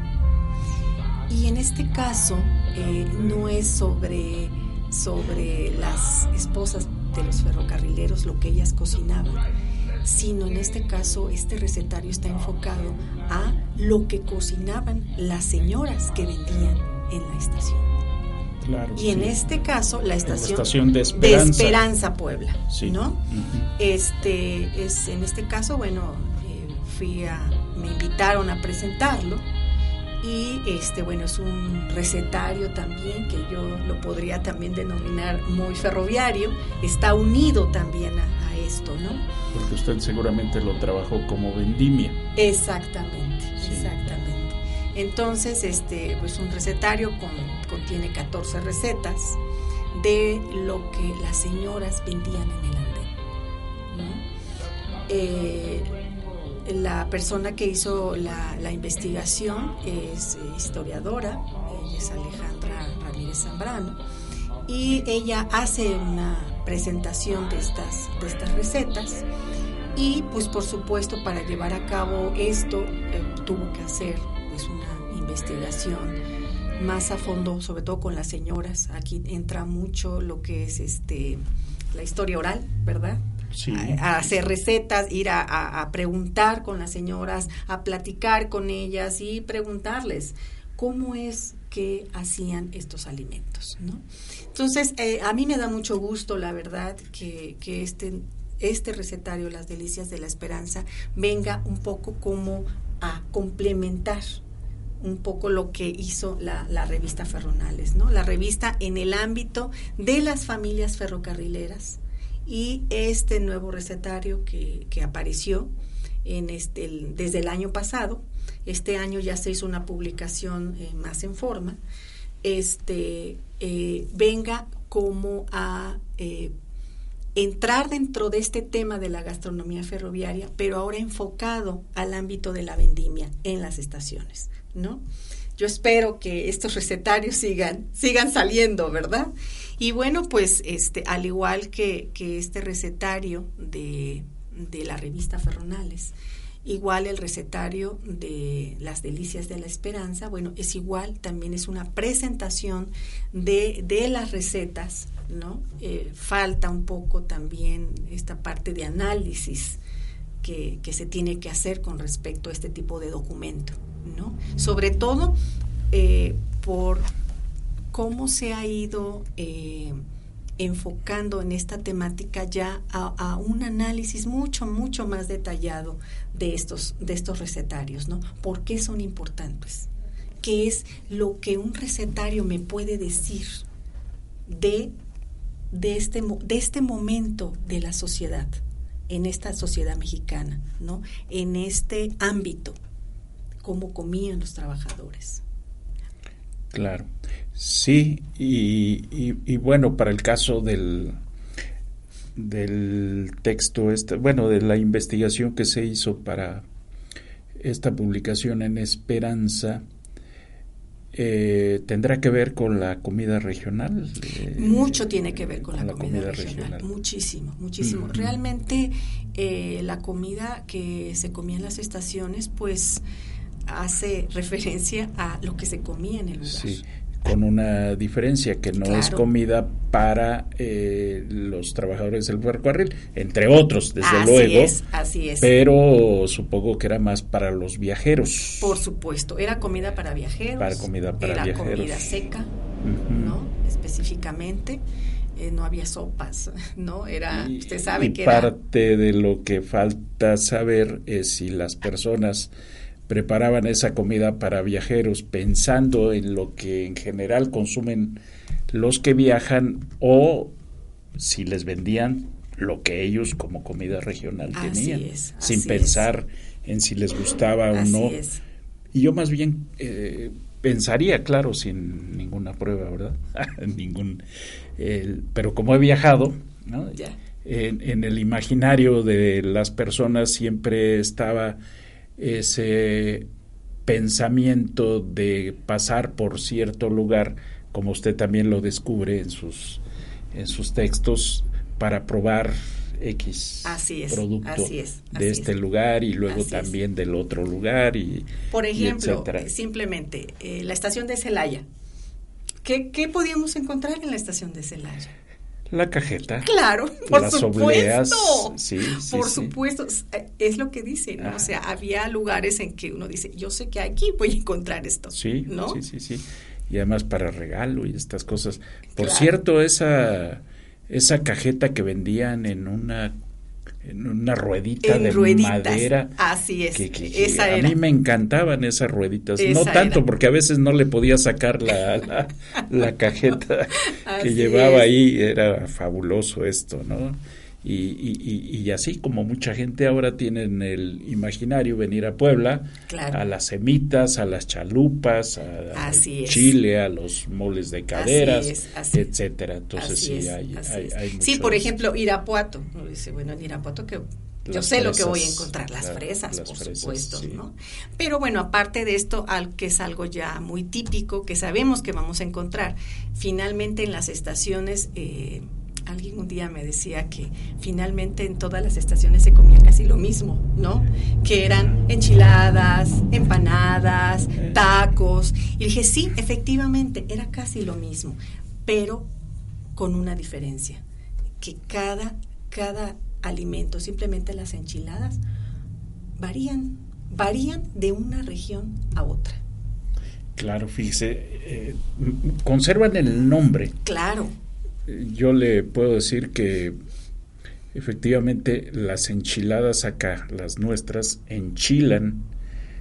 y en este caso eh, no es sobre, sobre las esposas de los ferrocarrileros lo que ellas cocinaban, sino en este caso este recetario está enfocado a lo que cocinaban las señoras que vendían en la estación. Claro, y sí. en este caso la estación, la estación de, Esperanza. de Esperanza Puebla, sí. ¿no? Uh-huh. Este es en este caso, bueno, eh, fui a, me invitaron a presentarlo, y este bueno, es un recetario también que yo lo podría también denominar muy ferroviario, está unido también a, a esto, ¿no? Porque usted seguramente lo trabajó como vendimia. Exactamente, sí. exactamente. Entonces, este, pues un recetario con, contiene catorce recetas de lo que las señoras vendían en el andén, ¿no? Eh, la persona que hizo la, la investigación es eh, historiadora, ella es Alejandra Ramírez Zambrano, y ella hace una presentación de estas, de estas recetas, y pues por supuesto para llevar a cabo esto eh, tuvo que hacer pues una investigación más a fondo, sobre todo con las señoras. Aquí entra mucho lo que es este la historia oral, ¿verdad? Sí. A, a hacer recetas, ir a, a, a preguntar con las señoras, a platicar con ellas y preguntarles cómo es que hacían estos alimentos, ¿no? Entonces, eh, a mí me da mucho gusto, la verdad, que, que este, este recetario, Las Delicias de la Esperanza, venga un poco como a complementar un poco lo que hizo la, la revista Ferronales, ¿no? La revista en el ámbito de las familias ferrocarrileras, y este nuevo recetario que, que apareció en este, el, desde el año pasado. Este año ya se hizo una publicación eh, más en forma, este eh, venga como a eh, entrar dentro de este tema de la gastronomía ferroviaria, pero ahora enfocado al ámbito de la vendimia en las estaciones, ¿no? Yo espero que estos recetarios sigan, sigan saliendo, ¿verdad? Y bueno, pues este, al igual que, que este recetario de, de la revista Ferronales, igual el recetario de Las Delicias de la Esperanza, bueno, es igual, también es una presentación de, de las recetas, ¿no? Eh, falta un poco también esta parte de análisis que, que se tiene que hacer con respecto a este tipo de documento, ¿no? Sobre todo eh, por cómo se ha ido eh, enfocando en esta temática ya a, a un análisis mucho, mucho más detallado de estos, de estos recetarios, ¿no? ¿Por qué son importantes? ¿Qué es lo que un recetario me puede decir de, de, este, de este momento de la sociedad, en esta sociedad mexicana, ¿no? En este ámbito, cómo comían los trabajadores? Claro, sí, y, y, y bueno, para el caso del, del texto, este, bueno, de la investigación que se hizo para esta publicación en Esperanza, eh, ¿tendrá que ver con la comida regional? Eh, Mucho tiene que ver con la, con la comida, comida regional. regional, muchísimo, muchísimo. Mm-hmm. Realmente eh, la comida que se comía en las estaciones, pues hace referencia a lo que se comía en el lugar. Sí, con una diferencia, que no claro. es comida para eh, los trabajadores del ferrocarril, entre otros, desde así luego. Es, así es. Pero supongo que era más para los viajeros. Por supuesto, era comida para viajeros. Para comida para era viajeros. Era comida seca, uh-huh. ¿no? Específicamente. Eh, no había sopas, ¿no? Era, y, usted sabe y que parte era... de lo que falta saber es si las personas preparaban esa comida para viajeros pensando en lo que en general consumen los que viajan, o si les vendían lo que ellos como comida regional así tenían, es, sin así pensar es. en si les gustaba así o no. Es. Y yo más bien eh, pensaría, claro, sin ninguna prueba, ¿verdad? Ningún, eh, pero como he viajado, ¿no? Yeah. En, en el imaginario de las personas siempre estaba ese pensamiento de pasar por cierto lugar, como usted también lo descubre en sus en sus textos, para probar X así es, producto así es, así de este es. lugar y luego así también es. del otro lugar y por ejemplo, y simplemente eh, la estación de Celaya. ¿Qué, ¿Qué podíamos encontrar en la estación de Celaya? La cajeta. Claro, por las supuesto. Obleas, sí, sí, por sí. supuesto, es lo que dicen, ¿no? O sea, había lugares en que uno dice, yo sé que aquí voy a encontrar esto, sí, ¿no? Sí, sí, sí. Y además para regalo y estas cosas. Por claro. cierto, esa esa cajeta que vendían en una en una ruedita en de rueditas. madera. Así es, que, que, que esa a era. mí me encantaban esas rueditas. Esa no tanto era. porque a veces no le podía sacar la, la, la cajeta que así llevaba es. ahí. Era fabuloso esto, ¿no? Y, y, y, y así como mucha gente ahora tiene en el imaginario venir a Puebla, claro. a las semitas, a las chalupas, a, a Chile, a los moles de caderas, así es, así etcétera. Entonces así sí es, hay, hay, es. hay mucho. Sí, por ejemplo, Irapuato. Dice, bueno, en Irapuato que yo las sé fresas, lo que voy a encontrar, las la, fresas, las por fresas, supuesto, sí. ¿no? Pero bueno, aparte de esto, al que es algo ya muy típico, que sabemos que vamos a encontrar, finalmente en las estaciones, eh, alguien un día me decía que finalmente en todas las estaciones se comía casi lo mismo, ¿no? Que eran enchiladas, empanadas, tacos. Y dije, sí, efectivamente, era casi lo mismo, pero con una diferencia, que cada, cada alimento, simplemente las enchiladas, varían, varían de una región a otra. Claro, fíjese, eh, conservan el nombre. Claro. Yo le puedo decir que efectivamente las enchiladas acá, las nuestras, enchilan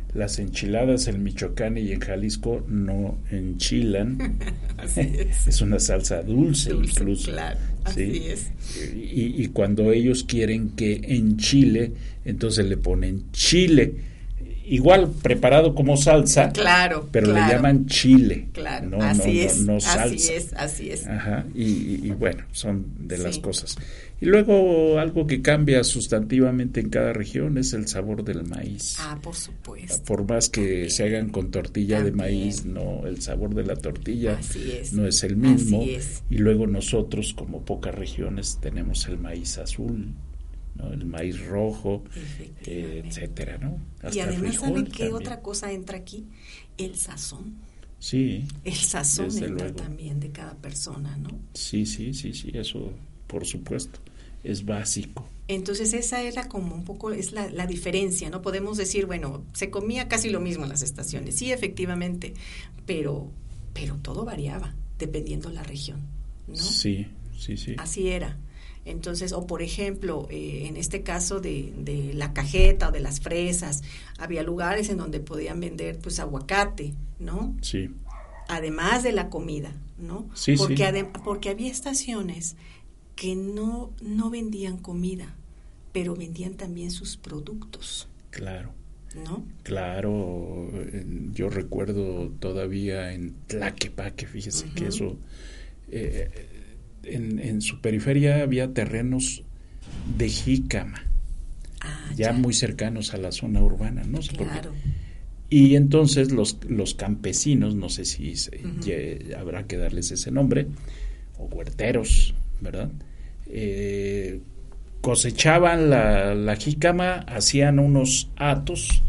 las enchiladas en Michoacán y en Jalisco no enchilan. Así es. Es una salsa dulce, dulce incluso. Claro, ¿sí? Así es. Y, y cuando ellos quieren que enchile, entonces le ponen chile. Igual preparado como salsa, claro, pero claro, le llaman chile, claro, no, así no, es, no, no salsa. así es, así es. Ajá, y, y, y bueno, son de sí. las cosas. Y luego algo que cambia sustantivamente en cada región es el sabor del maíz. Ah, por supuesto. Por más que También. se hagan con tortilla También. de maíz, no, el sabor de la tortilla así es. no es el mismo. Así es. Y luego nosotros, como pocas regiones, tenemos el maíz azul, ¿no? El maíz rojo, eh, etcétera, ¿no? Hasta y además, ¿saben qué también. otra cosa entra aquí? El sazón. Sí. El sazón desde entra luego. también de cada persona, ¿no? Sí, sí, sí, sí, eso por supuesto, es básico. Entonces esa era como un poco, es la, la diferencia, ¿no? Podemos decir, bueno, se comía casi lo mismo en las estaciones, sí, efectivamente, pero, pero todo variaba, dependiendo la región, ¿no? Sí, sí, sí. Así era. Entonces, o por ejemplo, eh, en este caso de, de la cajeta o de las fresas, había lugares en donde podían vender pues aguacate, ¿no? Sí. Además de la comida, ¿no? Sí, porque sí. Adem- porque había estaciones que no, no vendían comida, pero vendían también sus productos. Claro. ¿No? Claro, yo recuerdo todavía en Tlaquepaque, fíjese uh-huh. que eso... Eh, En, en su periferia había terrenos de jícama, ah, ya, ya muy cercanos a la zona urbana, no sé claro. por qué. Y entonces los, los campesinos, no sé si se, uh-huh. ya, habrá que darles ese nombre, o huerteros, ¿verdad? Eh, cosechaban la, la jícama, hacían unos hatos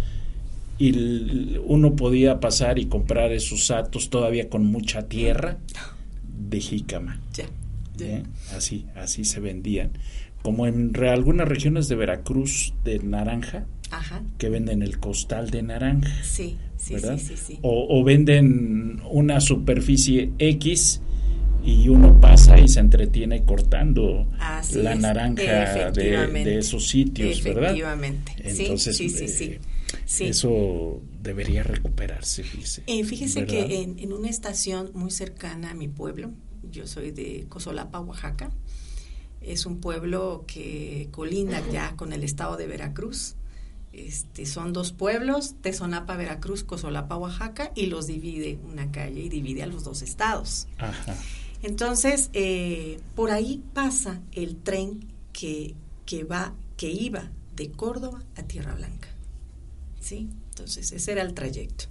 y uno podía pasar y comprar esos hatos todavía con mucha tierra de jícama. Ya. ¿Eh? Así, así se vendían. Como en re, algunas regiones de Veracruz de naranja, ajá. que venden el costal de naranja. Sí, sí, ¿verdad? sí, sí, sí. O, o venden una superficie X y uno pasa y se entretiene cortando así la es. naranja de, de esos sitios, ¿verdad? Efectivamente. Entonces, sí, sí, sí, sí. Eh, sí. eso debería recuperarse, fíjese. Eh, fíjese ¿verdad? que en, en una estación muy cercana a mi pueblo, yo soy de Cosolapa, Oaxaca. Es un pueblo que colinda ya con el estado de Veracruz. Este, son dos pueblos, Tezonapa, Veracruz, Cosolapa, Oaxaca, y los divide una calle y divide a los dos estados. Ajá. Entonces, eh, por ahí pasa el tren que, que va, que iba de Córdoba a Tierra Blanca. ¿Sí? Entonces, ese era el trayecto.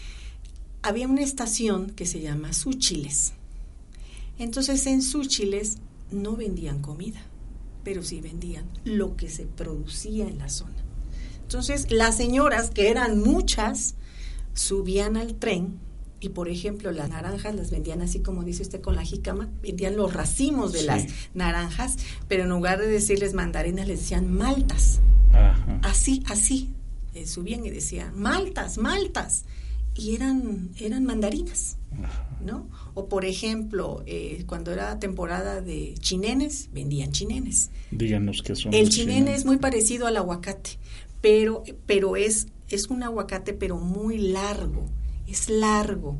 Había una estación que se llama Súchiles. Entonces en Súchiles no vendían comida, pero sí vendían lo que se producía en la zona. Entonces las señoras, que eran muchas, subían al tren y, por ejemplo, las naranjas las vendían así como dice usted con la jícama, vendían los racimos de sí. las naranjas, pero en lugar de decirles mandarinas les decían maltas. Ajá. Así, así, eh, subían y decían maltas, maltas, y eran, eran mandarinas. ¿No? O por ejemplo, eh, cuando era temporada de chinenes, vendían chinenes. Díganos qué son. El chinene es muy parecido al aguacate, pero, pero es, es un aguacate pero muy largo, es largo.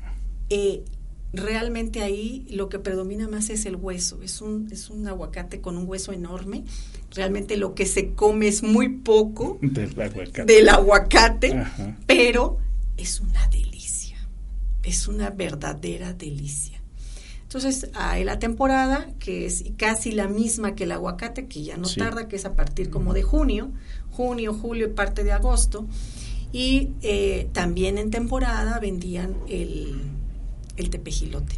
Eh, realmente ahí lo que predomina más es el hueso, es un, es un aguacate con un hueso enorme. Realmente lo que se come es muy poco del aguacate, del aguacate Ajá. pero es una delicia. Es una verdadera delicia. Entonces, hay la temporada, que es casi la misma que el aguacate, que ya no sí. tarda, que es a partir como de junio, junio, julio y parte de agosto. Y eh, también en temporada vendían el, el tepejilote,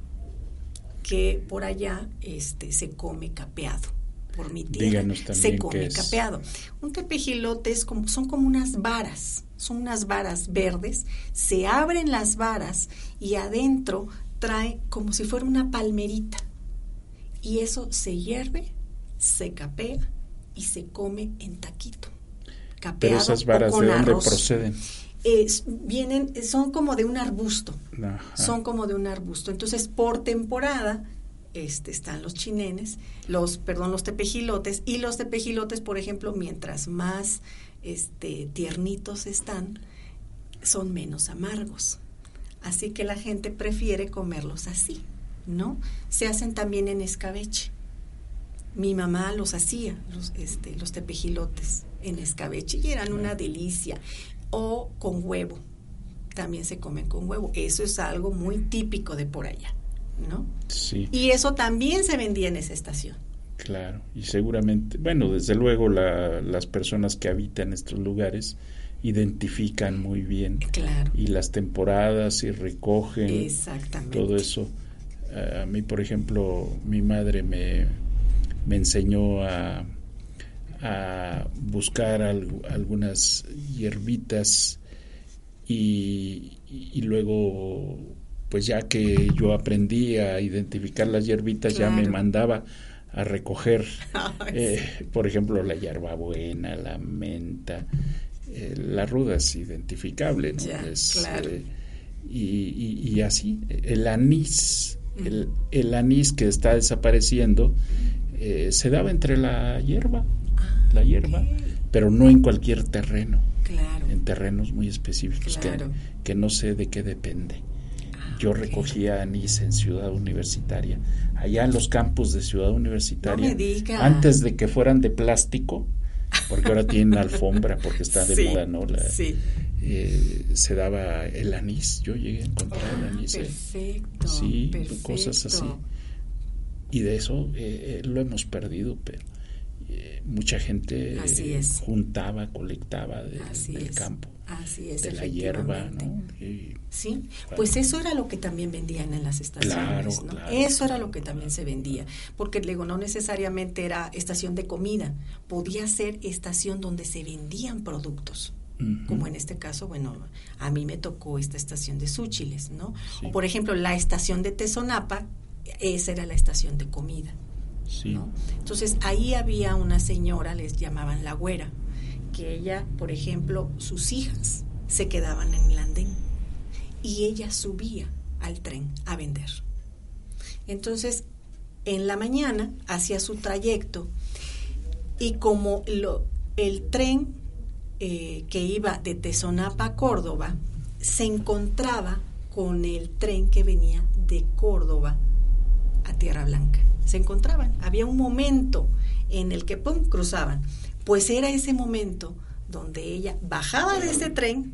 que por allá este, se come capeado. Por mi tierra se come capeado. Un tepejilote es como, son como unas varas, son unas varas verdes, se abren las varas y adentro trae como si fuera una palmerita. Y eso se hierve, se capea y se come en taquito. Capeado. Pero esas varas, ¿de dónde arroz. proceden? Eh, vienen, son como de un arbusto. Ajá. Son como de un arbusto. Entonces, por temporada Este, están los chinenes, los, perdón, los tepejilotes, y los tepejilotes, por ejemplo, mientras más este, tiernitos están, son menos amargos. Así que la gente prefiere comerlos así, ¿no? Se hacen también en escabeche. Mi mamá los hacía, los, este, los tepejilotes en escabeche, y eran una delicia. O con huevo, también se comen con huevo. Eso es algo muy típico de por allá, ¿no? Sí. Y eso también se vendía en esa estación. Claro, y seguramente, bueno, desde luego la, las personas que habitan estos lugares identifican muy bien, claro, y las temporadas y recogen exactamente todo eso. A mí, por ejemplo, mi madre me, me enseñó a, a buscar al, algunas hierbitas y, y luego, pues ya que yo aprendí a identificar las hierbitas, claro, ya me mandaba a recoger, eh, por ejemplo, la hierbabuena, la menta, eh, la ruda es identificable, ¿no? Ya, es, claro. eh, y, y, y así, el anís, uh-huh. el, el anís que está desapareciendo, eh, se daba entre la hierba, ah, la hierba, okay, pero no en cualquier terreno, claro, en terrenos muy específicos, claro, que, que no sé de qué depende. Yo recogía anís en Ciudad Universitaria, allá en los campos de Ciudad Universitaria, no me diga, antes de que fueran de plástico, porque ahora tienen alfombra, porque está de sí, moda, ¿no? La, sí. eh, se daba el anís, yo llegué a encontrar ah, el anís. Perfecto, sí, perfecto. Cosas así. Y de eso eh, lo hemos perdido, pero eh, mucha gente eh, juntaba, colectaba de, del es. campo. Así es, de la hierba, ¿no? Y, sí, claro, pues eso era lo que también vendían en las estaciones, claro, ¿no? Claro, eso claro, era lo que también se vendía, porque luego no necesariamente era estación de comida, podía ser estación donde se vendían productos, uh-huh, como en este caso, bueno, a mí me tocó esta estación de Xúchiles, ¿no? Sí. O por ejemplo, la estación de Tezonapa, esa era la estación de comida, sí, ¿no? Entonces ahí había una señora, les llamaban la güera, que ella, por ejemplo, sus hijas se quedaban en el andén y ella subía al tren a vender. Entonces, en la mañana hacía su trayecto y como lo, el tren eh, que iba de Tezonapa a Córdoba se encontraba con el tren que venía de Córdoba a Tierra Blanca. Se encontraban, había un momento en el que pum, cruzaban. Pues era ese momento donde ella bajaba de ese tren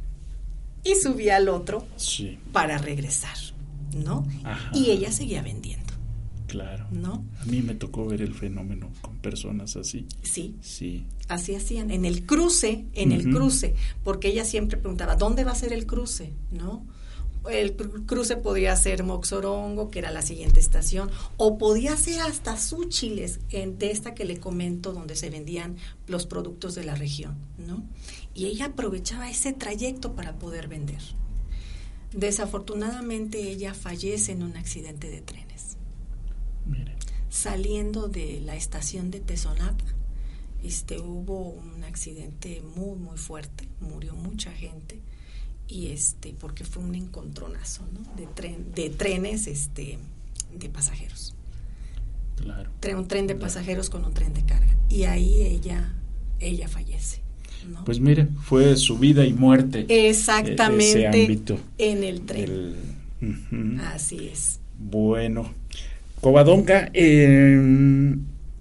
y subía al otro, sí, para regresar, ¿no? Ajá. Y ella seguía vendiendo. Claro. ¿No? A mí me tocó ver el fenómeno con personas así. Sí. Sí. Así hacían, en el cruce, en uh-huh, el cruce, porque ella siempre preguntaba, ¿dónde va a ser el cruce? ¿No? El cruce podía ser Moxorongo, que era la siguiente estación, o podía ser hasta Xúchiles, en, de esta que le comento, donde se vendían los productos de la región, ¿no? Y ella aprovechaba ese trayecto para poder vender. Desafortunadamente ella fallece en un accidente de trenes. Mire. Saliendo de la estación de Tezonapa, este, hubo un accidente muy, muy fuerte, murió mucha gente. Y este porque fue un encontronazo, ¿no? de tren de trenes este de pasajeros, claro, Tren, un tren de claro. pasajeros con un tren de carga, y ahí ella ella fallece, ¿no? Pues mire, fue su vida y muerte, exactamente, ese ámbito en el tren, el, uh-huh. Así es. Bueno, Covadonga, eh,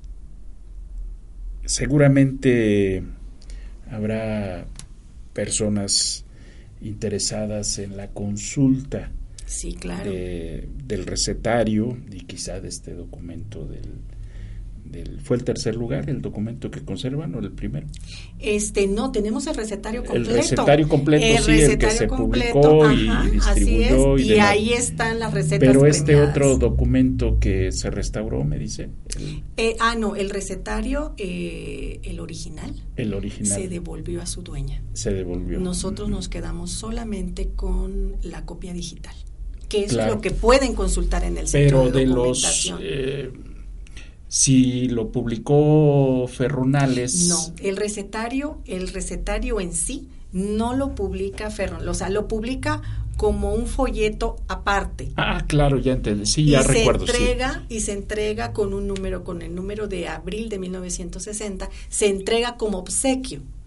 seguramente habrá personas interesadas en la consulta, sí, claro, de, del recetario y quizá de este documento del, del ¿fue el tercer lugar el documento que conservan o el primero? Este no, tenemos el recetario completo. El recetario completo, el sí, recetario el que se completo, publicó ajá, y distribuyó. Así es, y, y ahí están las recetas Pero este premiadas. otro documento que se restauró, me dice. El, eh, ah, no, el recetario, eh, el original. El original. Se devolvió a su dueña. Se devolvió. Nosotros uh-huh. nos quedamos solamente con la copia digital, que es claro. lo que pueden consultar en el centro Pero de, de documentación. los... Eh, si lo publicó Ferronales. No, el recetario, el recetario en sí no lo publica Ferronales, o sea, lo publica como un folleto aparte. Ah, claro, ya entendí, sí, ya y recuerdo. Se entrega, sí. Y se entrega con un número, con el número de abril de mil novecientos sesenta, se entrega como obsequio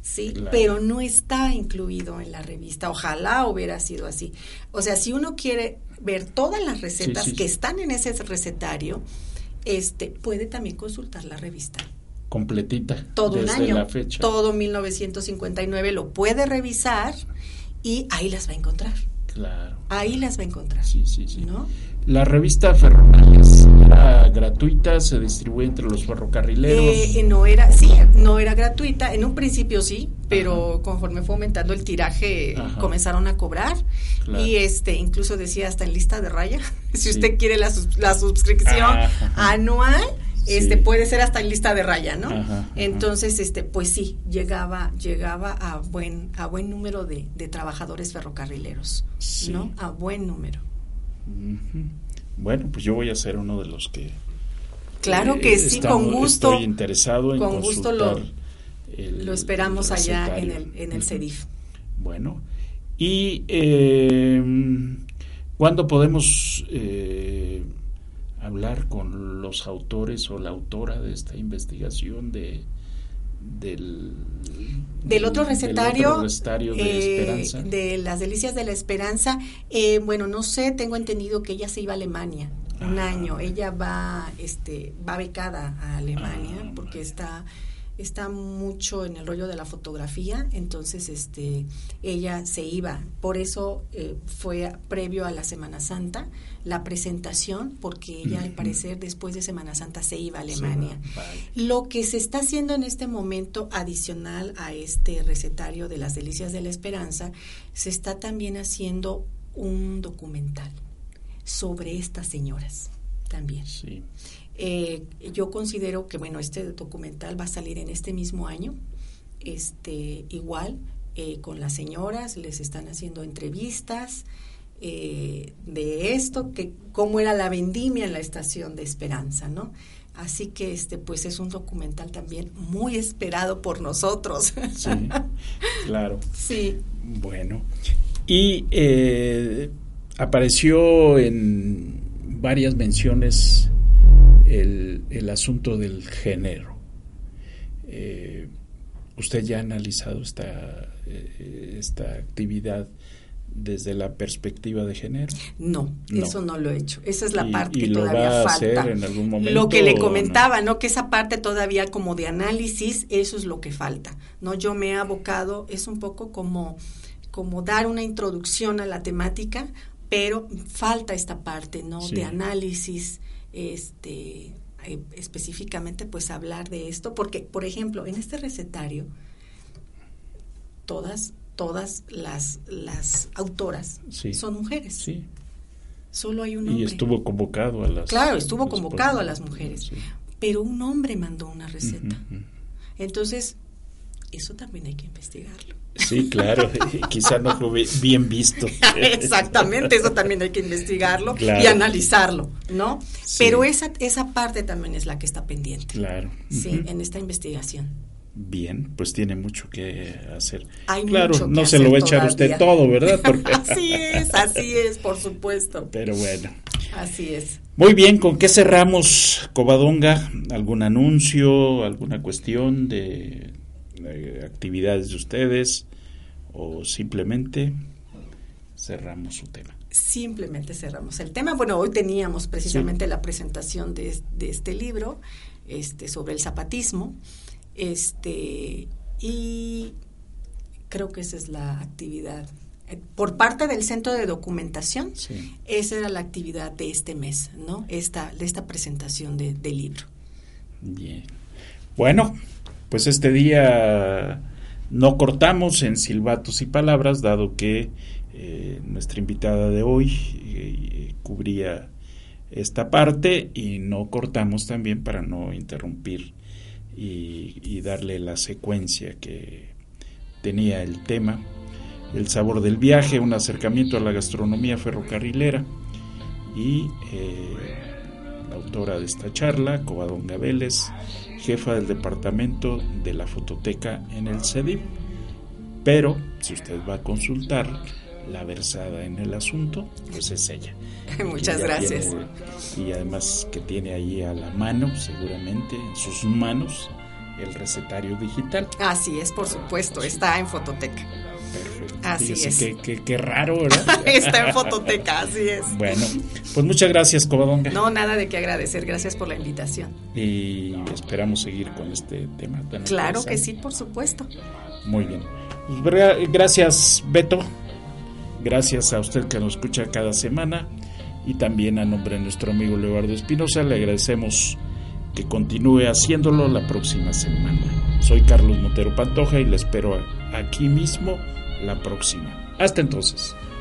sí, claro. Pero no está incluido en la revista. Ojalá hubiera sido así. O sea, si uno quiere ver todas las recetas sí, sí, que sí. están en ese recetario, este, puede también consultar la revista. Completita. Todo desde un año, la fecha. todo mil novecientos cincuenta y nueve lo puede revisar y ahí las va a encontrar. Claro. Ahí las va a encontrar. Sí, sí, sí. ¿No? La revista Ferrocarriles era gratuita, se distribuye entre los ferrocarrileros. Eh, no era, sí, no era gratuita. En un principio sí, pero Ajá. conforme fue aumentando el tiraje, Ajá. comenzaron a cobrar. Claro. Y este, incluso decía hasta en lista de raya. Si sí. usted quiere la, la suscripción Ajá. anual, este, sí. puede ser hasta en lista de raya, ¿no? Ajá, ajá. Entonces, este, pues sí, llegaba, llegaba a buen, a buen número de, de trabajadores ferrocarrileros, sí. ¿no? A buen número. Uh-huh. Bueno, pues yo voy a ser uno de los que claro que eh, sí, estamos, con gusto estoy interesado en con gusto lo, el, lo esperamos el allá en el en el uh-huh. CEDIF. Bueno, y eh, ¿cuándo podemos eh, hablar con los autores o la autora de esta investigación de del del otro recetario, del otro recetario de eh, Esperanza, de las delicias de la esperanza? Eh, bueno, no sé, tengo entendido que ella se iba a Alemania ah. un año. Ella va, este, va becada a Alemania ah, porque vale. está está mucho en el rollo de la fotografía, entonces este ella se iba, por eso eh, fue previo a la Semana Santa la presentación, porque ella uh-huh. al parecer después de Semana Santa se iba a Alemania. Sí, vale. Lo que se está haciendo en este momento adicional a este recetario de las delicias de la esperanza, se está también haciendo un documental sobre estas señoras también. Sí. Eh, yo considero que bueno, este documental va a salir en este mismo año, este igual eh, con las señoras, les están haciendo entrevistas eh, de esto, que cómo era la vendimia en la estación de Esperanza, ¿no? Así que este pues es un documental también muy esperado por nosotros. Sí, claro. Sí. Bueno, y eh, apareció en varias menciones El, el asunto del género. Eh, ¿Usted ya ha analizado esta, eh, esta actividad desde la perspectiva de género? No, no, eso no lo he hecho. Esa es la y, parte y que lo todavía va a falta. Hacer en algún momento, lo que le comentaba, no? ¿no? Que esa parte todavía como de análisis, eso es lo que falta. No, yo me he abocado, es un poco como, como dar una introducción a la temática, pero falta esta parte, ¿no? Sí. De análisis, este eh, específicamente pues hablar de esto, porque por ejemplo en este recetario todas todas las las autoras sí. son mujeres, sí. solo hay un hombre. Y estuvo convocado a las claro estuvo convocado a las mujeres, sí. pero un hombre mandó una receta. Uh-huh, uh-huh. Entonces eso también hay que investigarlo. Sí, claro, quizá no fue bien visto. Exactamente, eso también hay que investigarlo claro. y analizarlo, ¿no? Sí. Pero esa esa parte también es la que está pendiente. Claro. Sí, uh-huh. en esta investigación. Bien, pues tiene mucho que hacer. Hay claro, mucho que no hacer se lo va a echar todavía. usted todo, ¿verdad? Porque... así es, así es, por supuesto. Pero bueno. Así es. Muy bien, ¿con qué cerramos, Covadonga? ¿Algún anuncio, alguna cuestión de... actividades de ustedes o simplemente cerramos su tema? Simplemente cerramos el tema. Bueno, hoy teníamos precisamente sí. la presentación de, de este libro, este sobre el zapatismo, este y creo que esa es la actividad por parte del Centro de Documentación. Sí. Esa era la actividad de este mes, ¿no? Esta de esta presentación de, del libro. Bien. Bueno, pues este día no cortamos en silbatos y palabras, dado que eh, nuestra invitada de hoy eh, cubría esta parte, y no cortamos también para no interrumpir y, y darle la secuencia que tenía el tema. El sabor del viaje, un acercamiento a la gastronomía ferrocarrilera, y eh, la autora de esta charla, Covadonga Vélez, jefa del departamento de la fototeca en el CEDIF. Pero si usted va a consultar la versada en el asunto, pues es ella. Muchas gracias. Tiene, y además que tiene ahí a la mano, seguramente en sus manos, el recetario digital. Así es, por supuesto, está en Fototeca. Perfecto. Así Fíjese es. Qué, qué, qué raro, ¿verdad? Está en Fototeca, así es. Bueno, pues muchas gracias, Covadonga. No, nada de qué agradecer, gracias por la invitación. Y esperamos seguir con este tema tan Claro que interesante. sí, por supuesto. Muy bien. Pues, gracias, Beto. Gracias a usted que nos escucha cada semana. Y también a nombre de nuestro amigo Leobardo Espinosa, le agradecemos que continúe haciéndolo la próxima semana. Soy Carlos Montero Pantoja y le espero aquí mismo la próxima. Hasta entonces.